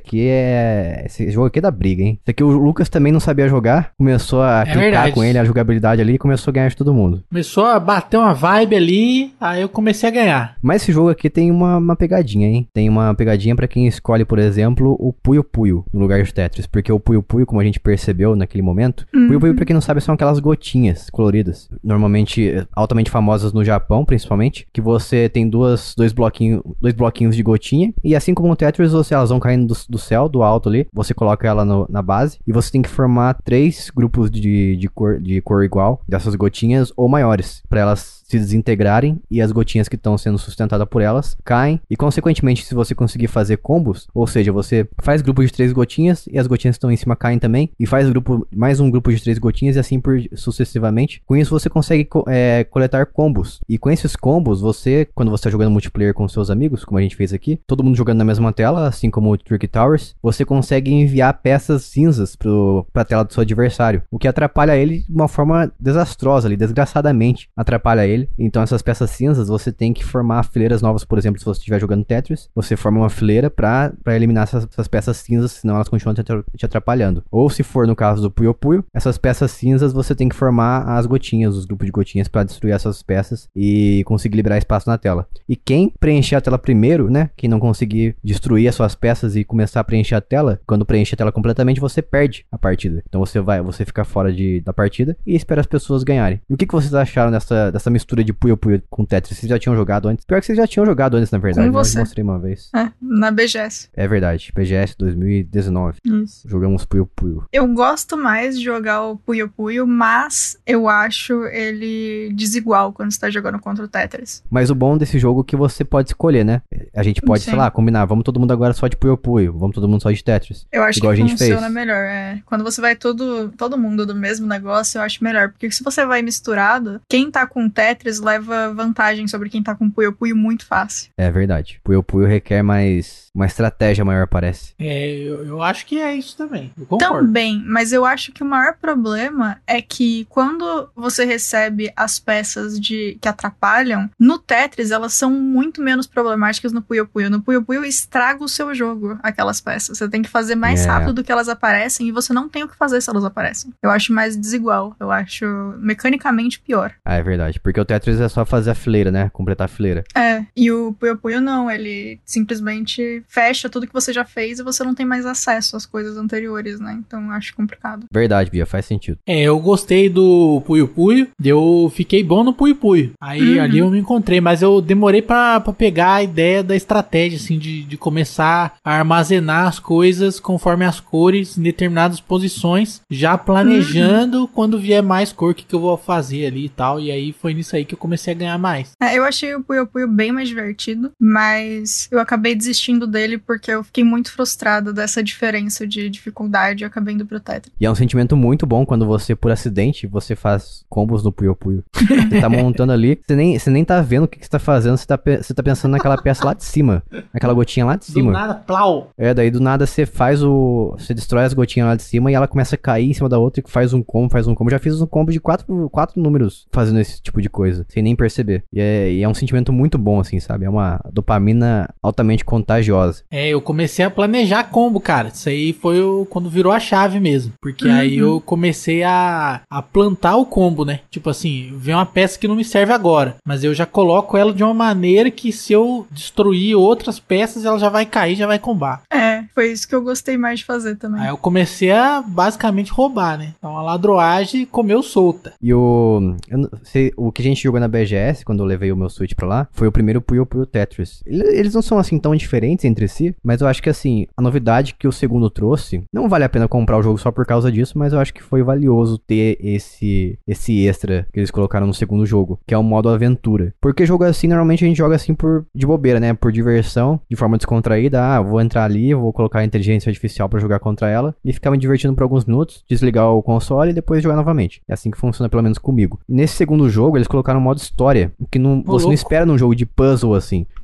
Esse jogo aqui é da briga, hein? Esse aqui o Lucas também não sabia jogar, começou a clicar verdade. com ele, a jogabilidade ali, e começou a ganhar de todo mundo. Começou a bater uma vibe ali, aí eu comecei a ganhar. Mas esse jogo aqui tem uma pegadinha, hein? Tem uma pegadinha pra quem escolhe, por exemplo, o Puyo Puyo no lugar de Tetris. Porque o Puyo Puyo, como a gente percebeu naquele momento, Puyo Puyo, pra quem não sabe, são aquelas gotinhas coloridas. Normalmente, altamente famosas no Japão, principalmente. Que você tem dois bloquinhos de gotinha. E assim como no Tetris, elas vão caindo do céu, do alto ali. Você coloca ela na base. E você tem que formar 3 grupos de cor igual dessas gotinhas ou maiores. Pra elas se desintegrarem e as gotinhas que estão sendo sustentadas por elas caem. E consequentemente, se você conseguir fazer combos, ou seja, você faz grupo de 3 gotinhas e as gotinhas que estão em cima caem também, e faz mais um grupo de 3 gotinhas e assim sucessivamente. Com isso você consegue coletar combos. E com esses combos, quando você está jogando multiplayer com seus amigos, como a gente fez aqui, todo mundo jogando na mesma tela, assim como o Trick Towers, você consegue enviar peças cinzas pra tela do seu adversário, o que atrapalha ele de uma forma desastrosa ali, desgraçadamente atrapalha ele. Então essas peças cinzas você tem que formar fileiras novas. Por exemplo, se você estiver jogando Tetris, você forma uma fileira pra eliminar essas peças cinzas, senão elas continuam te atrapalhando. Ou se for no caso do Puyo Puyo, essas peças cinzas você tem que formar as gotinhas, os grupos de gotinhas, pra destruir essas peças e conseguir liberar espaço na tela. E quem preencher a tela primeiro, né, quem não conseguir destruir as suas peças e começar a preencher a tela, quando preenche a tela completamente, você perde a partida. Então você fica fora da partida e espera as pessoas ganharem. E o que vocês acharam dessa mistura de Puyo Puyo com Tetris? Vocês já tinham jogado antes? Pior que vocês já tinham jogado antes, na verdade. Com você. Eu mostrei uma vez. Na BGS. É verdade. BGS 2019. Isso. Jogamos Puyo Puyo. Eu gosto mais de jogar o Puyo Puyo, mas eu acho ele desigual quando você tá jogando contra o Tetris. Mas o bom desse jogo é que você pode escolher, né? A gente pode, Sim. sei lá, combinar. Vamos todo mundo agora só de Puyo Puyo. Vamos todo mundo só de Tetris. Eu acho Igual que a gente funciona fez. melhor. Quando você vai todo mundo do mesmo negócio, eu acho melhor. Porque se você vai misturado, quem tá com Tetris leva vantagem sobre quem tá com Puyo Puyo muito fácil. É verdade. Puyo Puyo requer uma estratégia maior, parece. Eu acho que é isso também. Eu concordo. Também, mas eu acho que o maior problema é que quando você recebe as peças que atrapalham, no Tetris elas são muito menos problemáticas no Puyo Puyo. No Puyo Puyo estraga o seu jogo, aquelas peças. Você tem que fazer mais rápido do que elas aparecem e você não tem o que fazer se elas aparecem. Eu acho mais desigual. Eu acho mecanicamente pior. Ah, é verdade. Porque o Tetris é só fazer a fileira, né? Completar a fileira. E o Puyo Puyo não. Ele simplesmente fecha tudo que você já fez e você não tem mais acesso às coisas anteriores, né? Então eu acho complicado. Verdade, Bia, faz sentido. Eu gostei do Puyo Puyo, eu fiquei bom no Puyo Puyo. Aí ali eu me encontrei, mas eu demorei pra pegar a ideia da estratégia, assim, de começar a armazenar as coisas conforme as cores em determinadas posições, já planejando quando vier mais cor, o que eu vou fazer ali e tal. E aí foi nisso aí que eu comecei a ganhar mais. Eu achei o Puyo Puyo bem mais divertido, mas eu acabei desistindo dele porque eu fiquei muito frustrada dessa diferença de dificuldade e acabei indo pro Tetris. E é um sentimento muito bom quando você, por acidente, você faz combos no Puyo Puyo. Você tá montando ali, você nem tá vendo o que você tá fazendo, você tá pensando naquela peça lá de cima, naquela gotinha lá de cima. Do nada, plau! Daí do nada você você destrói as gotinhas lá de cima e ela começa a cair em cima da outra e faz um combo. Já fiz um combo de 4 números fazendo esse tipo de coisa, sem nem perceber. E é um sentimento muito bom, assim, sabe? É uma dopamina altamente contagiosa. Eu comecei a planejar combo, cara. Isso aí foi quando virou a chave mesmo. Porque aí eu comecei a plantar o combo, né? Tipo assim, vem uma peça que não me serve agora, mas eu já coloco ela de uma maneira que se eu destruir outras peças, ela já vai cair, já vai combar. Foi isso que eu gostei mais de fazer também. Aí eu comecei a basicamente roubar, né? Então a ladroagem comeu solta. E o que a gente jogou na BGS, quando eu levei o meu Switch pra lá, foi o primeiro Puyo Puyo Tetris. Eles não são assim tão diferentes entre si, mas eu acho que assim, a novidade que o segundo trouxe, não vale a pena comprar o jogo só por causa disso, mas eu acho que foi valioso ter esse extra que eles colocaram no segundo jogo, que é o modo aventura. Porque jogo assim, normalmente a gente joga assim de bobeira, né? Por diversão, de forma descontraída. Vou entrar ali, vou colocar a inteligência artificial pra jogar contra ela e ficar me divertindo por alguns minutos, desligar o console e depois jogar novamente. É assim que funciona, pelo menos comigo. E nesse segundo jogo, eles colocaram um modo história, que você não espera num jogo de puzzle assim.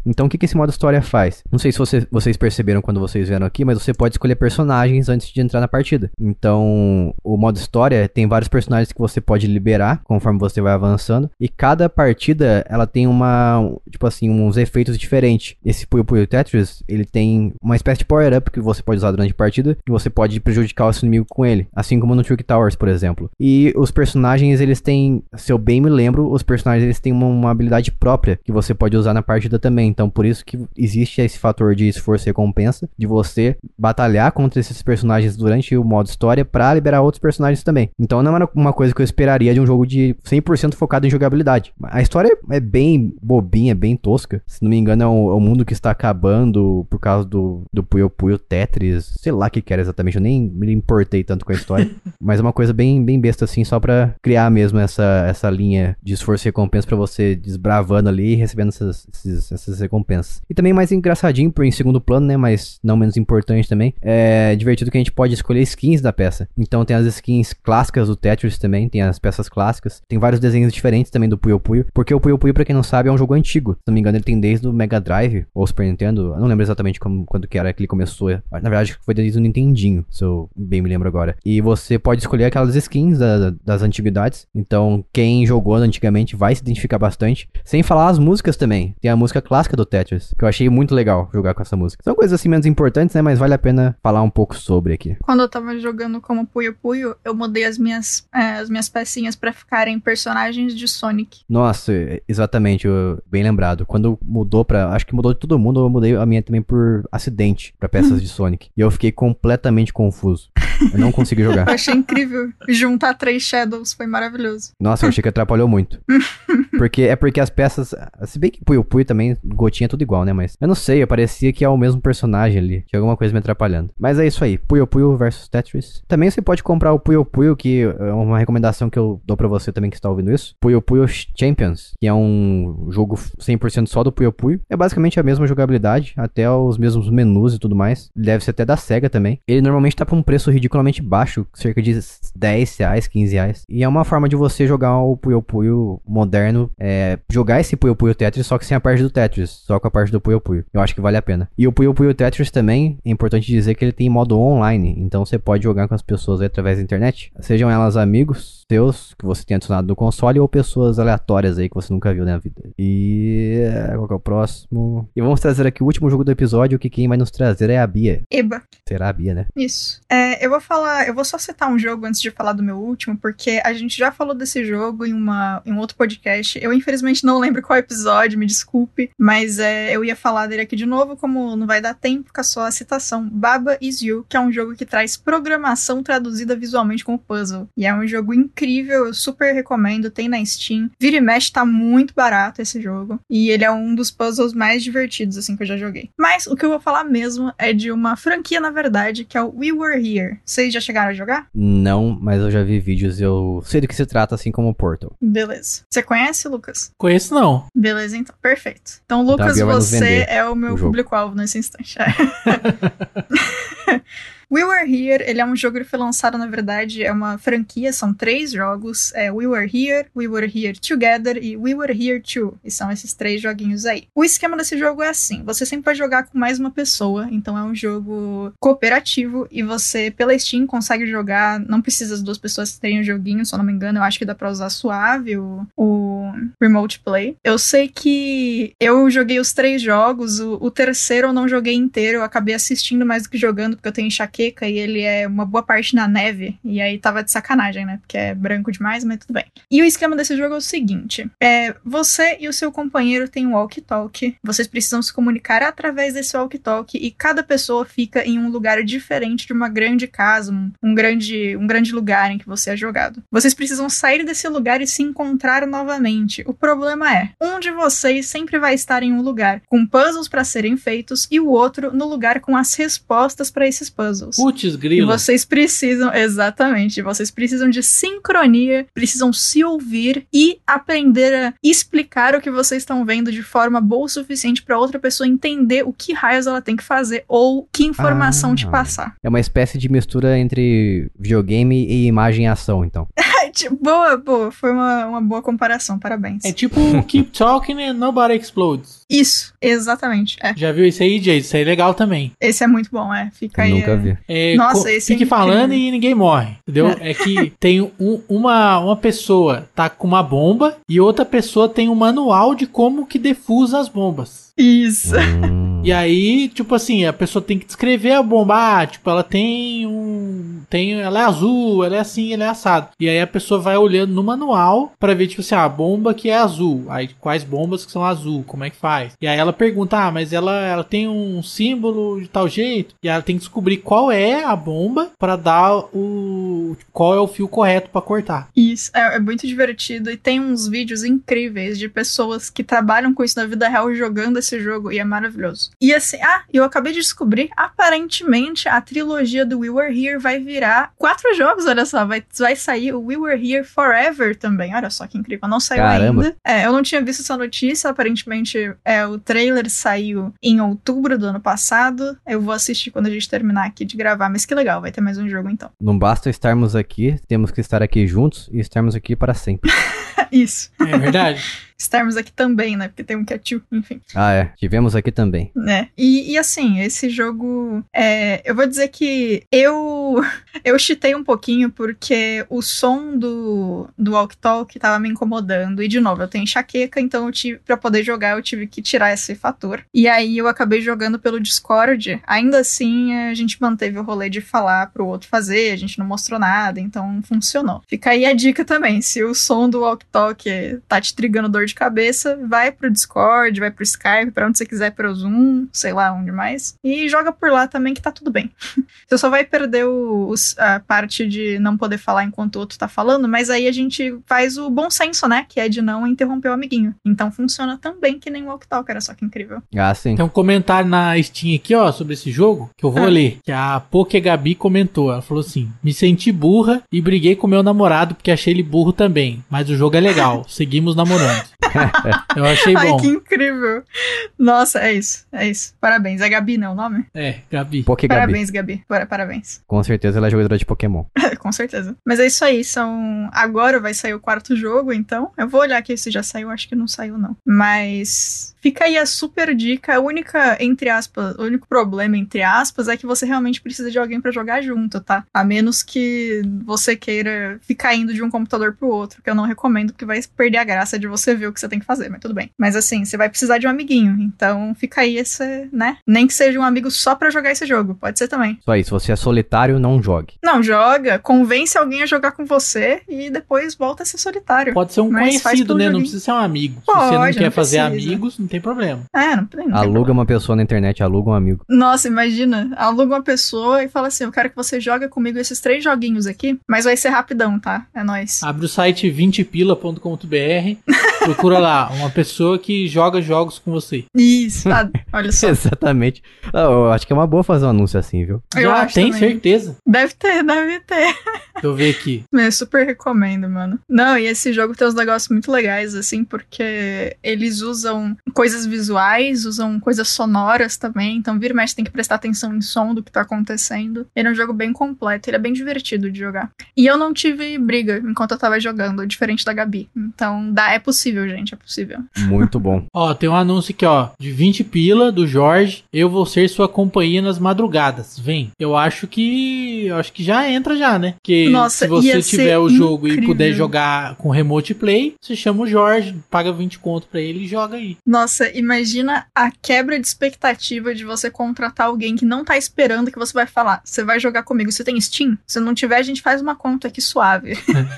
Então o que esse modo história faz? Não sei se vocês perceberam quando vocês vieram aqui, mas você pode escolher personagens antes de entrar na partida. Então o modo história tem vários personagens que você pode liberar conforme você vai avançando. E cada partida, ela tem uns efeitos diferentes. Esse Puyo Puyo Tetris, ele tem uma espécie de power-up que você pode usar durante a partida e você pode prejudicar o seu inimigo com ele. Assim como no Trick Towers, por exemplo. E os personagens, eles têm, se eu bem me lembro, os personagens eles têm uma habilidade própria que você pode usar na partida também. Então por isso que existe esse fator de esforço e recompensa, de você batalhar contra esses personagens durante o modo história pra liberar outros personagens também. Então não é uma coisa que eu esperaria de um jogo de 100% focado em jogabilidade. A história é bem bobinha, bem tosca. Se não me engano, é o mundo que está acabando por causa do Puyo Puyo Tetris. Sei lá o que era exatamente, eu nem me importei tanto com a história. Mas é uma coisa bem besta assim, só pra criar mesmo essa linha de esforço e recompensa pra você desbravando ali e recebendo essas recompensas. E também mais engraçadinho, em segundo plano, né, mas não menos importante também, é divertido que a gente pode escolher skins da peça. Então tem as skins clássicas do Tetris também, tem as peças clássicas, tem vários desenhos diferentes também do Puyo Puyo, porque o Puyo Puyo, pra quem não sabe, é um jogo antigo. Se não me engano, ele tem desde o Mega Drive ou Super Nintendo, eu não lembro exatamente quando que era que ele começou. Na verdade, foi desde o Nintendinho, se eu bem me lembro agora. E você pode escolher aquelas skins das antiguidades. Então, quem jogou antigamente vai se identificar bastante. Sem falar as músicas também. Tem a música clássica do Tetris, que eu achei muito legal jogar com essa música. São coisas assim menos importantes, né? Mas vale a pena falar um pouco sobre aqui. Quando eu tava jogando como Puyo Puyo, eu mudei as minhas pecinhas pra ficarem personagens de Sonic. Nossa, exatamente, bem lembrado. Quando mudou acho que mudou de todo mundo, eu mudei a minha também por acidente pra peças de Sonic. E eu fiquei completamente confuso. Eu não consegui jogar. Eu achei incrível. Juntar 3 Shadows foi maravilhoso. Nossa, eu achei que atrapalhou muito. Porque as peças... Se bem que Puyo Puyo também, gotinha é tudo igual, né? Mas eu não sei, parecia que é o mesmo personagem ali. Tinha alguma coisa me atrapalhando. Mas é isso aí, Puyo Puyo vs Tetris. Também você pode comprar o Puyo Puyo, que é uma recomendação que eu dou pra você também que está ouvindo isso. Puyo Puyo Champions, que é um jogo 100% só do Puyo Puyo. É basicamente a mesma jogabilidade, até os mesmos menus e tudo mais. Deve ser até da SEGA também. Ele normalmente tá por um preço ridiculamente baixo, cerca de R$10, R$15. E é uma forma de você jogar o Puyo Puyo moderno, jogar esse Puyo Puyo Tetris, só que sem a parte do Tetris, só com a parte do Puyo Puyo. Eu acho que vale a pena. E o Puyo Puyo Tetris também, é importante dizer que ele tem modo online, então você pode jogar com as pessoas aí através da internet, sejam elas amigos seus, que você tenha adicionado no console, ou pessoas aleatórias aí que você nunca viu na vida. E qual que é o próximo? E vamos trazer aqui o último jogo do episódio, que quem vai nos trazer é a Bia. Eba. Será a Bia, né? Isso. Eu vou só citar um jogo antes de falar do meu último, porque a gente já falou desse jogo em um outro podcast. Eu infelizmente não lembro qual episódio, me desculpe, mas eu ia falar dele aqui de novo, como não vai dar tempo, fica só a citação. Baba Is You, que é um jogo que traz programação traduzida visualmente como puzzle. E é um jogo incrível, eu super recomendo, tem na Steam. Vira e mexe, tá muito barato esse jogo. E ele é um dos puzzles mais divertidos, assim, que eu já joguei. Mas o que eu vou falar mesmo é de uma franquia, na verdade, que é o We Were Here. Vocês já chegaram a jogar? Não, mas eu já vi vídeos e eu sei do que se trata, assim como o Portal. Beleza. Você conhece, Lucas? Conheço não. Beleza, então. Perfeito. Então, Lucas, você é o meu público-alvo nesse instante. We Were Here, ele é um jogo que foi lançado, na verdade, é uma franquia, são 3 jogos, We Were Here Together e We Were Here Too, e são esses 3 joguinhos aí. O esquema desse jogo é assim, você sempre vai jogar com mais uma pessoa, então é um jogo cooperativo, e você, pela Steam, consegue jogar, não precisa as 2 pessoas terem o joguinho, se eu não me engano, eu acho que dá pra usar suave o Remote Play. Eu sei que eu joguei os 3 jogos, o terceiro eu não joguei inteiro, eu acabei assistindo mais do que jogando, porque eu tenho enxaqueca, e ele é uma boa parte na neve, e aí tava de sacanagem, né, porque é branco demais, mas tudo bem. E o esquema desse jogo é o seguinte, você e o seu companheiro têm um walkie-talkie, vocês precisam se comunicar através desse walkie-talkie, e cada pessoa fica em um lugar diferente de uma grande casa, um grande lugar em que você é jogado. Vocês precisam sair desse lugar e se encontrar novamente. O problema é, um de vocês sempre vai estar em um lugar com puzzles para serem feitos, e o outro no lugar com as respostas para esses puzzles. Putz, grilo. E vocês precisam, exatamente, vocês precisam de sincronia, precisam se ouvir e aprender a explicar o que vocês estão vendo de forma boa o suficiente para outra pessoa entender o que raios ela tem que fazer ou que informação te passar. É uma espécie de mistura entre videogame e imagem e ação, então. Boa. Foi uma boa comparação, parabéns. É tipo Keep Talking and Nobody Explodes. Isso, exatamente. Já viu isso aí, Jay? Isso aí é legal também. Esse é muito bom, fica aí. Nunca vi. Nossa, esse fique falando e ninguém morre, entendeu? É que tem uma pessoa tá com uma bomba e outra pessoa tem um manual de como que defusa as bombas. Isso. E aí, tipo assim, a pessoa tem que descrever a bomba. Tipo, ela ela é azul, ela é assim, ela é assado. E aí a pessoa vai olhando no manual pra ver, tipo assim, a bomba que é azul. Aí quais bombas que são azul, como é que faz? E aí ela pergunta, mas ela tem um símbolo de tal jeito. E ela tem que descobrir qual é a bomba pra dar qual é o fio correto pra cortar. Isso, é muito divertido. E tem uns vídeos incríveis de pessoas que trabalham com isso na vida real jogando esse jogo. E é maravilhoso. E assim, eu acabei de descobrir, aparentemente a trilogia do We Were Here vai virar 4 jogos, olha só, vai sair o We Were Here Forever também, olha só que incrível, não saiu ainda. Eu não tinha visto essa notícia, aparentemente o trailer saiu em outubro do ano passado, eu vou assistir quando a gente terminar aqui de gravar, mas que legal, vai ter mais um jogo então. Não basta estarmos aqui, temos que estar aqui juntos e estarmos aqui para sempre. Isso. É verdade. Estarmos aqui também, né? Porque tem um catch, enfim. Tivemos aqui também. E assim, esse jogo... eu vou dizer que eu cheatei um pouquinho porque o som do Walk Talk tava me incomodando. E, de novo, eu tenho enxaqueca, então pra poder jogar eu tive que tirar esse fator. E aí eu acabei jogando pelo Discord. Ainda assim, a gente manteve o rolê de falar pro outro fazer, a gente não mostrou nada, então funcionou. Fica aí a dica também, se o som do Walk Talk tá te trigando dor de cabeça, vai pro Discord, vai pro Skype, pra onde você quiser, pro Zoom, sei lá onde mais, e joga por lá também que tá tudo bem. Você só vai perder a parte de não poder falar enquanto o outro tá falando, mas aí a gente faz o bom senso, né, que é de não interromper o amiguinho. Então funciona também que nem o Walk Talk, era só que incrível. Sim. Tem um comentário na Steam aqui, ó, sobre esse jogo, que eu vou ler, que a Poké Gabi comentou, ela falou assim, me senti burra e briguei com meu namorado porque achei ele burro também, mas o jogo é legal, seguimos namorando. Eu achei bom. Ai, que incrível. Nossa, é isso. Parabéns. É Gabi, não é o nome? Gabi. Parabéns, Gabi. Parabéns. Com certeza ela é jogadora de Pokémon. Com certeza. Mas é isso aí, agora vai sair o 4º jogo, então. Eu vou olhar aqui se já saiu, acho que não saiu, não. Mas fica aí a super dica. O único problema, entre aspas, é que você realmente precisa de alguém pra jogar junto, tá? A menos que você queira ficar indo de um computador pro outro, que eu não recomendo, porque vai perder a graça de você ver o que você tem que fazer, mas tudo bem. Mas assim, você vai precisar de um amiguinho, então fica aí esse, né? Nem que seja um amigo só pra jogar esse jogo, pode ser também. Só isso, se você é solitário, não jogue. Não, joga, convence alguém a jogar com você e depois volta a ser solitário. Pode ser um conhecido, né? Não precisa ser um amigo. Se você não quer fazer amigos, não tem problema. Não tem aluga problema. uma pessoa na internet, aluga um amigo. Nossa, imagina, aluga uma pessoa e fala assim, eu quero que você jogue comigo esses 3 joguinhos aqui, mas vai ser rapidão, tá? É nóis. Abre o site 20pila.com.br, procura lá, uma pessoa que joga jogos com você. Isso, olha só. Exatamente. Eu acho que é uma boa fazer um anúncio assim, viu? Já tem também. Certeza. Deve ter. Deixa eu ver aqui. Eu super recomendo, mano. Não, e esse jogo tem uns negócios muito legais, assim, porque eles usam coisas visuais, usam coisas sonoras também, então vira e mexe tem que prestar atenção em som do que tá acontecendo. Ele é um jogo bem completo, ele é bem divertido de jogar. E eu não tive briga enquanto eu tava jogando, diferente da Gabi. Então, é possível, gente, é possível. Muito bom. Ó, tem um anúncio aqui, ó, de 20 pila, do Jorge, eu vou ser sua companhia nas madrugadas, vem. Eu acho que já entra já, né? Porque nossa, se você tiver o jogo incrível. E puder jogar com remote play, você chama o Jorge, paga 20 conto pra ele e joga aí. Nossa, imagina a quebra de expectativa de você contratar alguém que não tá esperando que você vai falar, você vai jogar comigo, você tem Steam? Se não tiver, a gente faz uma conta aqui suave.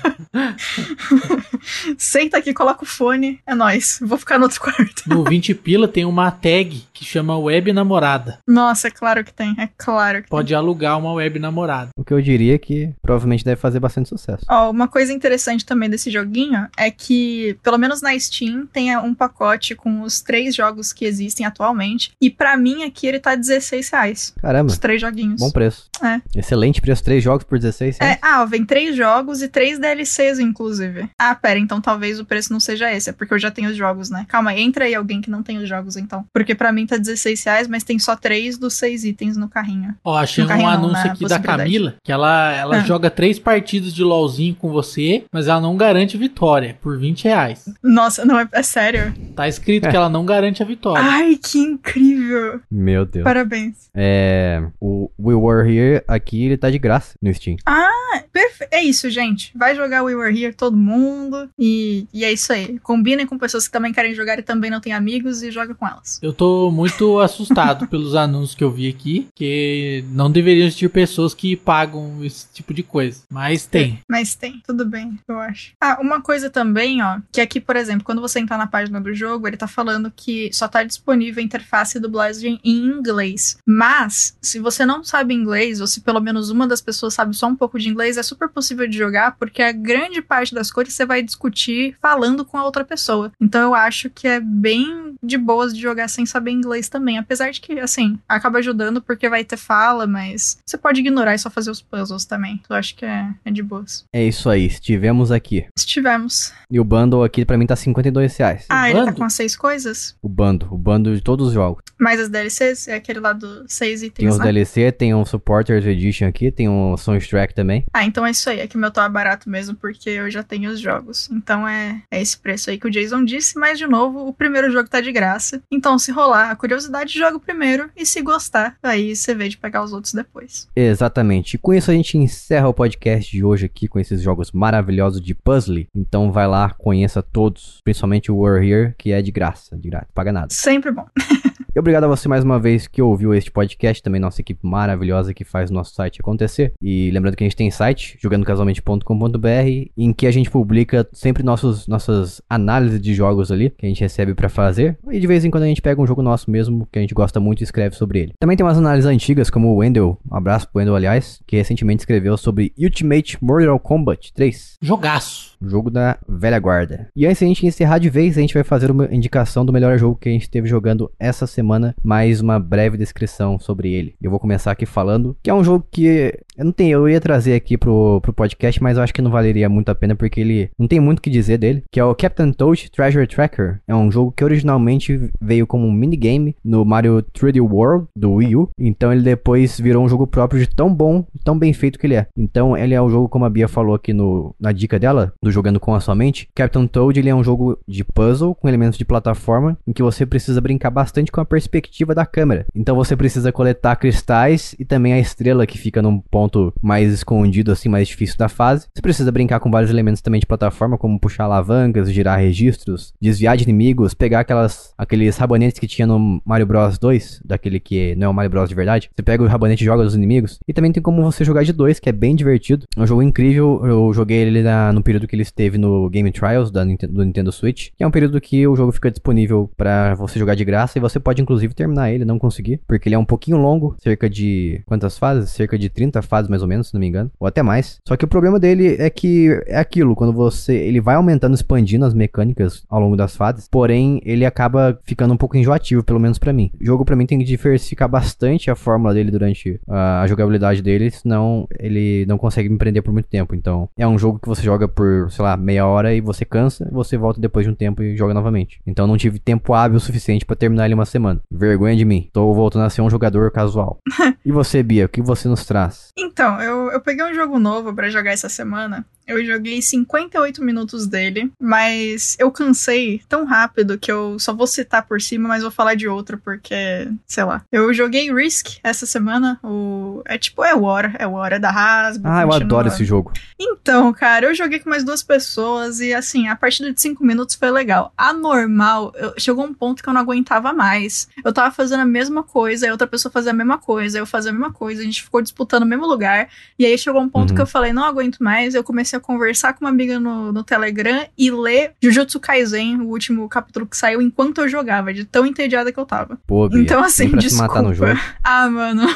Senta aqui, coloca o fone, é nóis. Vou ficar no outro quarto. No 20 pila tem uma tag que chama Web Namorada. Nossa, é claro que tem. Pode alugar uma web namorada. O que eu diria é que provavelmente deve fazer bastante sucesso. Ó, uma coisa interessante também desse joguinho é que, pelo menos na Steam, tem um pacote com os 3 jogos que existem atualmente. E pra mim aqui ele tá R$16. Caramba. Os 3 joguinhos. Bom preço. Excelente preço. 3 jogos por R$16. Vem 3 jogos e 3 DLCs, inclusive. Pera, então talvez o preço não seja esse. É porque eu já tenho os jogos, né? Calma aí, entra aí alguém que não tem os jogos, então. Porque pra mim tá R$16, mas tem só 3 dos 6 itens no carrinho. Ó, achei um anúncio aqui da Camila, que ela joga 3 3 partidas de LOLzinho com você, mas ela não garante vitória por R$20. Nossa, não é sério? Tá escrito que ela não garante a vitória. Ai, que incrível. Meu Deus. Parabéns. O We Were Here aqui, ele tá de graça no Steam. É isso, gente. Vai jogar We Were Here todo mundo. E é isso aí. Combinem com pessoas que também querem jogar e também não têm amigos e joga com elas. Eu tô muito assustado pelos anúncios que eu vi aqui, que não deveriam existir pessoas que pagam esse tipo de coisa. Mas tem. Mas tem, tudo bem, eu acho. Uma coisa também, ó, que aqui, por exemplo, quando você entrar na página do jogo, ele tá falando que só tá disponível a interface e dublagem em inglês. Mas, se você não sabe inglês, ou se pelo menos uma das pessoas sabe só um pouco de inglês, é super possível de jogar, porque a grande parte das coisas você vai discutir falando com a outra pessoa. Então eu acho que é bem de boas de jogar sem saber inglês também. Apesar de que, assim, acaba ajudando porque vai ter fala, mas você pode ignorar e só fazer os puzzles também. Eu acho que é de boas. É isso aí, estivemos aqui. Estivemos. E o bundle aqui pra mim tá R$52. Ele tá com as 6 coisas? O bundle de todos os jogos. Mais as DLCs? É aquele lá do 6 itens, Tem os né? DLC, tem um Supporters Edition aqui, tem um Soundtrack também. Então é isso aí. É que o meu tá barato mesmo, porque eu já tenho os jogos. Então é esse preço aí que o Jason disse, mas de novo, o primeiro jogo tá de graça. Então se rolar a curiosidade, joga o primeiro, e se gostar, aí você vê de pegar os outros depois. Exatamente. E com isso a gente encerra o podcast de hoje aqui com esses jogos maravilhosos de puzzle. Então vai lá, conheça todos, principalmente o We're Here, que é de graça, não paga nada. Sempre bom. E obrigado a você mais uma vez que ouviu este podcast, também nossa equipe maravilhosa que faz o nosso site acontecer. E lembrando que a gente tem site, jogandocasualmente.com.br, em que a gente publica sempre nossas análises de jogos ali, que a gente recebe pra fazer. E de vez em quando a gente pega um jogo nosso mesmo, que a gente gosta muito e escreve sobre ele. Também tem umas análises antigas, como o Wendel, um abraço pro Wendel, aliás, que recentemente escreveu sobre Ultimate Mortal Kombat 3. Jogaço. Jogo da velha guarda. E antes de a gente encerrar de vez, a gente vai fazer uma indicação do melhor jogo que a gente esteve jogando essa semana, mais uma breve descrição sobre ele. Eu vou começar aqui falando que é um jogo que eu ia trazer aqui pro podcast, mas eu acho que não valeria muito a pena porque ele não tem muito o que dizer dele, que é o Captain Toad Treasure Tracker. É um jogo que originalmente veio como um minigame no Mario 3D World do Wii U, então ele depois virou um jogo próprio de tão bom, tão bem feito que ele é. Então ele é um jogo, como a Bia falou aqui na dica dela, do Jogando com a Sua Mente. Captain Toad, ele é um jogo de puzzle com elementos de plataforma, em que você precisa brincar bastante com a perspectiva da câmera. Então você precisa coletar cristais e também a estrela que fica num ponto mais escondido, assim, mais difícil da fase. Você precisa brincar com vários elementos também de plataforma, como puxar alavancas, girar registros, desviar de inimigos, pegar aqueles rabanetes que tinha no Mario Bros 2, daquele que não é o Mario Bros de verdade. Você pega o rabanete e joga dos inimigos. E também tem como você jogar de 2, que é bem divertido. É um jogo incrível. Eu joguei ele no período que ele esteve no Game Trials do Nintendo Switch, que é um período que o jogo fica disponível pra você jogar de graça, e você pode inclusive terminar ele, não conseguir, porque ele é um pouquinho longo, cerca de quantas fases? Cerca de 30 fases mais ou menos, se não me engano, ou até mais. Só que o problema dele é que é aquilo, quando ele vai aumentando, expandindo as mecânicas ao longo das fases, porém ele acaba ficando um pouco enjoativo, pelo menos pra mim. O jogo pra mim tem que diversificar bastante a fórmula dele durante a jogabilidade dele, senão ele não consegue me prender por muito tempo. Então é um jogo que você joga por, sei lá, meia hora e você cansa, você volta depois de um tempo e joga novamente. Então não tive tempo hábil o suficiente pra terminar ele uma semana. Vergonha de mim. Tô voltando a ser um jogador casual. E você, Bia, o que você nos traz? Então, eu peguei um jogo novo pra jogar essa semana. Eu joguei 58 minutos dele, mas eu cansei tão rápido que eu só vou citar por cima, mas vou falar de outro porque, sei lá. Eu joguei Risk essa semana, é o War, é da Hasbro. Eu adoro esse jogo. Então, cara, eu joguei com mais 2 pessoas e, assim, a partida de 5 minutos foi legal. A normal, chegou um ponto que eu não aguentava mais. Eu tava fazendo a mesma coisa, aí outra pessoa fazia a mesma coisa, eu fazia a mesma coisa, a gente ficou disputando o mesmo lugar, e aí chegou um ponto que eu falei, não aguento mais, eu comecei a conversar com uma amiga no Telegram e ler Jujutsu Kaisen, o último capítulo que saiu, enquanto eu jogava, de tão entediada que eu tava. Pô, Bia, então, assim, pra desculpa. se matar no jogo. Mano,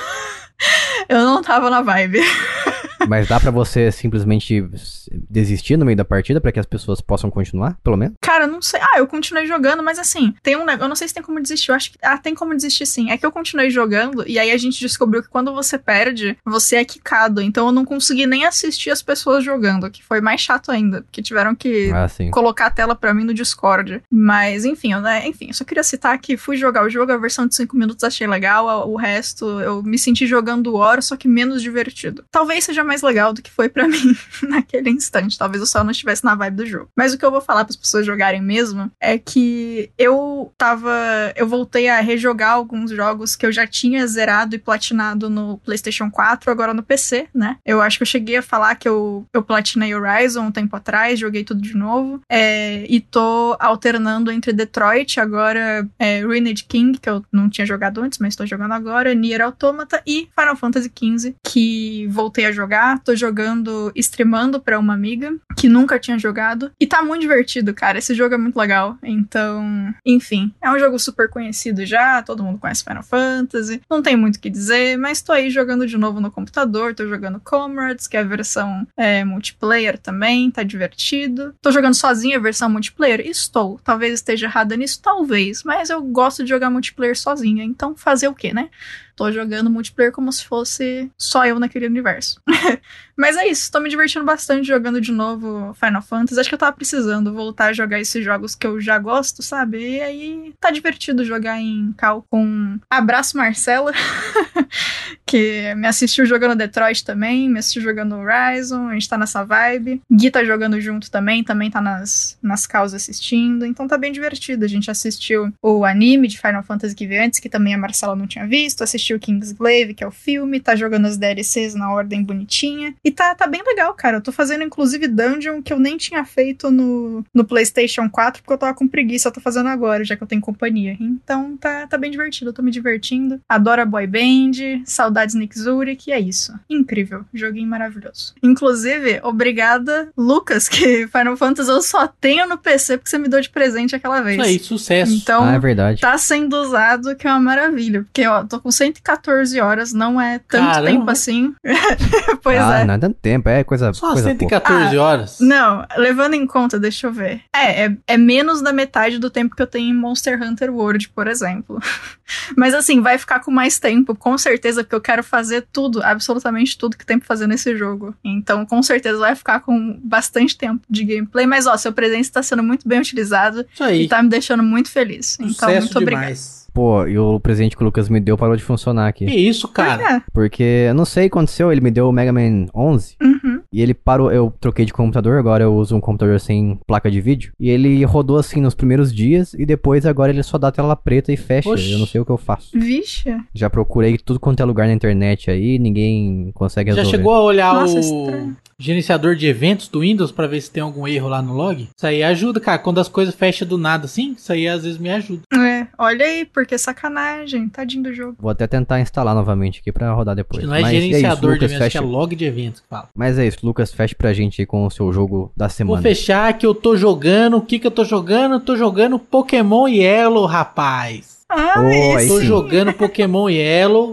eu não tava na vibe. Mas dá pra você simplesmente desistir no meio da partida pra que as pessoas possam continuar, pelo menos? Cara, não sei. Eu continuei jogando, mas assim, tem um negócio. Eu não sei se tem como desistir. Eu acho que tem como desistir sim. É que eu continuei jogando e aí a gente descobriu que quando você perde, você é quicado. Então eu não consegui nem assistir as pessoas jogando, que foi mais chato ainda, porque tiveram que colocar a tela pra mim no Discord. Mas enfim, eu só queria citar que fui jogar o jogo, a versão de 5 minutos achei legal, o resto eu me senti jogando War, só que menos divertido. Talvez seja mais legal do que foi pra mim naquele instante. Talvez eu só não estivesse na vibe do jogo. Mas o que eu vou falar pras pessoas jogarem mesmo é que eu voltei a rejogar alguns jogos que eu já tinha zerado e platinado no PlayStation 4, agora no PC, né? Eu acho que eu cheguei a falar que eu platinei Horizon um tempo atrás, joguei tudo de novo, e tô alternando entre Detroit, agora Ruined King, que eu não tinha jogado antes, mas tô jogando agora, Nier Automata e Final Fantasy XV, que voltei a jogar, tô jogando, streamando pra uma amiga, que nunca tinha jogado, e tá muito divertido, cara, esse jogo é muito legal, então, enfim, é um jogo super conhecido já, todo mundo conhece Final Fantasy, não tem muito o que dizer, mas tô aí jogando de novo no computador, tô jogando Comrades, que é a versão multiplayer também, tá divertido. Tô jogando sozinha a versão multiplayer? Estou. Talvez esteja errada nisso, talvez, mas eu gosto de jogar multiplayer sozinha, então fazer o quê, né? Tô jogando multiplayer como se fosse só eu naquele universo. Mas é isso, tô me divertindo bastante jogando de novo Final Fantasy. Acho que eu tava precisando voltar a jogar esses jogos que eu já gosto, sabe? E aí tá divertido jogar em call com Abraço Marcela, que me assistiu jogando Detroit também, me assistiu jogando Horizon, a gente tá nessa vibe. Gui tá jogando junto também tá nas calls assistindo, então tá bem divertido. A gente assistiu o anime de Final Fantasy que veio antes, que também a Marcela não tinha visto, assistiu Kingsglaive, que é o filme, tá jogando as DLCs na ordem bonitinha, e tá bem legal, cara. Eu tô fazendo inclusive dungeon que eu nem tinha feito no PlayStation 4, porque eu tava com preguiça, eu tô fazendo agora, já que eu tenho companhia. Então tá bem divertido, eu tô me divertindo. Adoro a boy band, saudades Nick Zurich, e é isso. Incrível, joguinho maravilhoso. Inclusive, obrigada, Lucas, que Final Fantasy eu só tenho no PC porque você me deu de presente aquela vez. Isso aí, sucesso. Então, é verdade. tá sendo usado, que é uma maravilha, porque ó, tô com 114 horas, não é tanto Caramba. tempo assim. Pois é. Não é tanto tempo, é coisa Só coisa 114 horas? Não, levando em conta, deixa eu ver. É menos da metade do tempo que eu tenho em Monster Hunter World, por exemplo. Mas assim, vai ficar com mais tempo, com certeza, porque eu quero fazer tudo, absolutamente tudo que tem pra fazer nesse jogo. Então, com certeza vai ficar com bastante tempo de gameplay. Mas ó, seu presente tá sendo muito bem utilizado. Isso aí. E tá me deixando muito feliz. Então, Sucesso muito obrigada. demais. Pô, e o presente que o Lucas me deu parou de funcionar aqui. Que isso, cara? Porque, eu não sei o que aconteceu, ele me deu o Mega Man 11 Uhum. e ele parou, eu troquei de computador, agora eu uso um computador sem placa de vídeo. E ele rodou assim nos primeiros dias e depois agora ele só dá tela preta e fecha, Oxi. eu não sei o que eu faço. Vixe. Já procurei tudo quanto é lugar na internet aí, ninguém consegue Já resolver. chegou a olhar Nossa, o estranho. gerenciador de eventos do Windows pra ver se tem algum erro lá no log? Isso aí ajuda, cara. Quando as coisas fecham do nada assim, isso aí às vezes me ajuda. Olha aí, porque sacanagem, tadinho do jogo. Vou até tentar instalar novamente aqui pra rodar depois. Não é Mas gerenciador de Lucas, eventos, acho que é fecha... log de eventos que fala. Mas é isso, Lucas, fecha pra gente aí com o seu jogo da Vou semana. fechar que eu tô jogando. O que eu tô jogando? Tô jogando Pokémon Yellow, rapaz. Aí Tô sim. jogando Pokémon Yellow,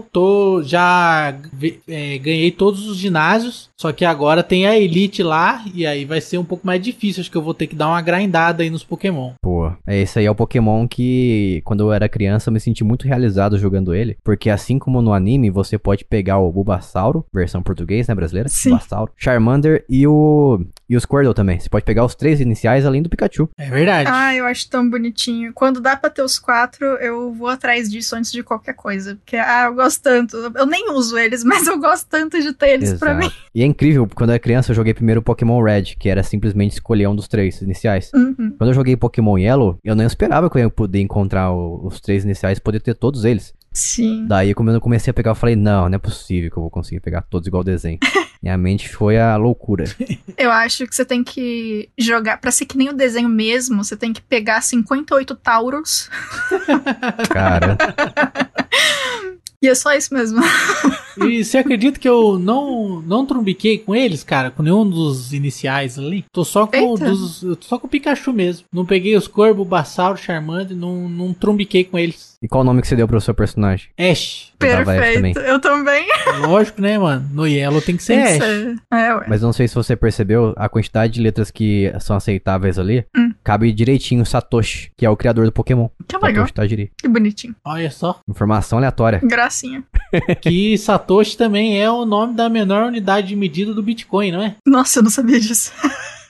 ganhei todos os ginásios, só que agora tem a Elite lá, e aí vai ser um pouco mais difícil, acho que eu vou ter que dar uma grindada aí nos Pokémon. Pô, esse aí é o Pokémon que, quando eu era criança, eu me senti muito realizado jogando ele. Porque assim como no anime, você pode pegar o Bulbasauro, versão português, né, brasileira? Sim. Bulbasauro, Charmander e o Squirtle também. Você pode pegar os 3 iniciais além do Pikachu. É verdade. Eu acho tão bonitinho. Quando dá pra ter os 4, eu vou atrás disso antes de qualquer coisa. Porque, eu gosto tanto. Eu nem uso eles, mas eu gosto tanto de ter eles pra mim. E é incrível, quando eu era criança eu joguei primeiro o Pokémon Red, que era simplesmente escolher um dos 3 iniciais. Uhum. Quando eu joguei Pokémon Yellow, eu não esperava que eu ia poder encontrar os 3 iniciais e poder ter todos eles. Sim. Daí, quando eu comecei a pegar, eu falei, não é possível que eu vou conseguir pegar todos igual desenho. Minha mente foi a loucura. Eu acho que você tem que jogar, pra ser que nem o desenho mesmo, você tem que pegar 58 Tauros. Cara, E é só isso mesmo. E você acredita que eu não trumbiquei com eles, cara? Com nenhum dos iniciais ali? Tô só com Eita. eu tô só com o Pikachu mesmo. Não peguei os Corvo, Bulbasauro, Charmander, não trumbiquei com eles. e qual o nome que você deu pro seu personagem? Ash. Eu dava F também. Perfeito. Eu também. Lógico, né, mano? No Yellow tem que ser Tem que Ash. ser. Ué. Mas não sei se você percebeu, a quantidade de letras que são aceitáveis ali, cabe direitinho Satoshi, que é o criador do Pokémon. Que legal. Satoshi Tajiri. Que bonitinho. Olha só. Informação aleatória. Gracinha. Que Satoshi também é o nome da menor unidade de medida do Bitcoin, não é? Nossa, eu não sabia disso.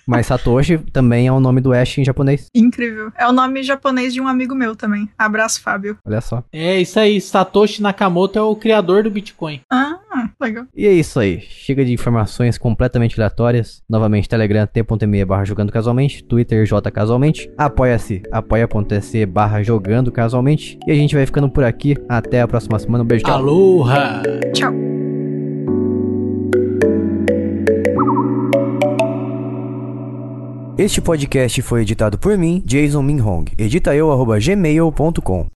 Mas Satoshi também é o nome do Ash em japonês. Incrível. É o nome japonês de um amigo meu também. Abraço, Fábio. Olha só. É isso aí, Satoshi Nakamoto é o criador do Bitcoin. Ah, legal. E é isso aí. Chega de informações completamente aleatórias. Novamente, Telegram t.me/jogando casualmente, Twitter jcasualmente, apoia-se apoia.se/jogando casualmente. E a gente vai ficando por aqui. Até a próxima semana. Um beijo. Tchau. Aloha! Tchau. Este podcast foi editado por mim, Jason Minhong. Edita eu, @gmail.com.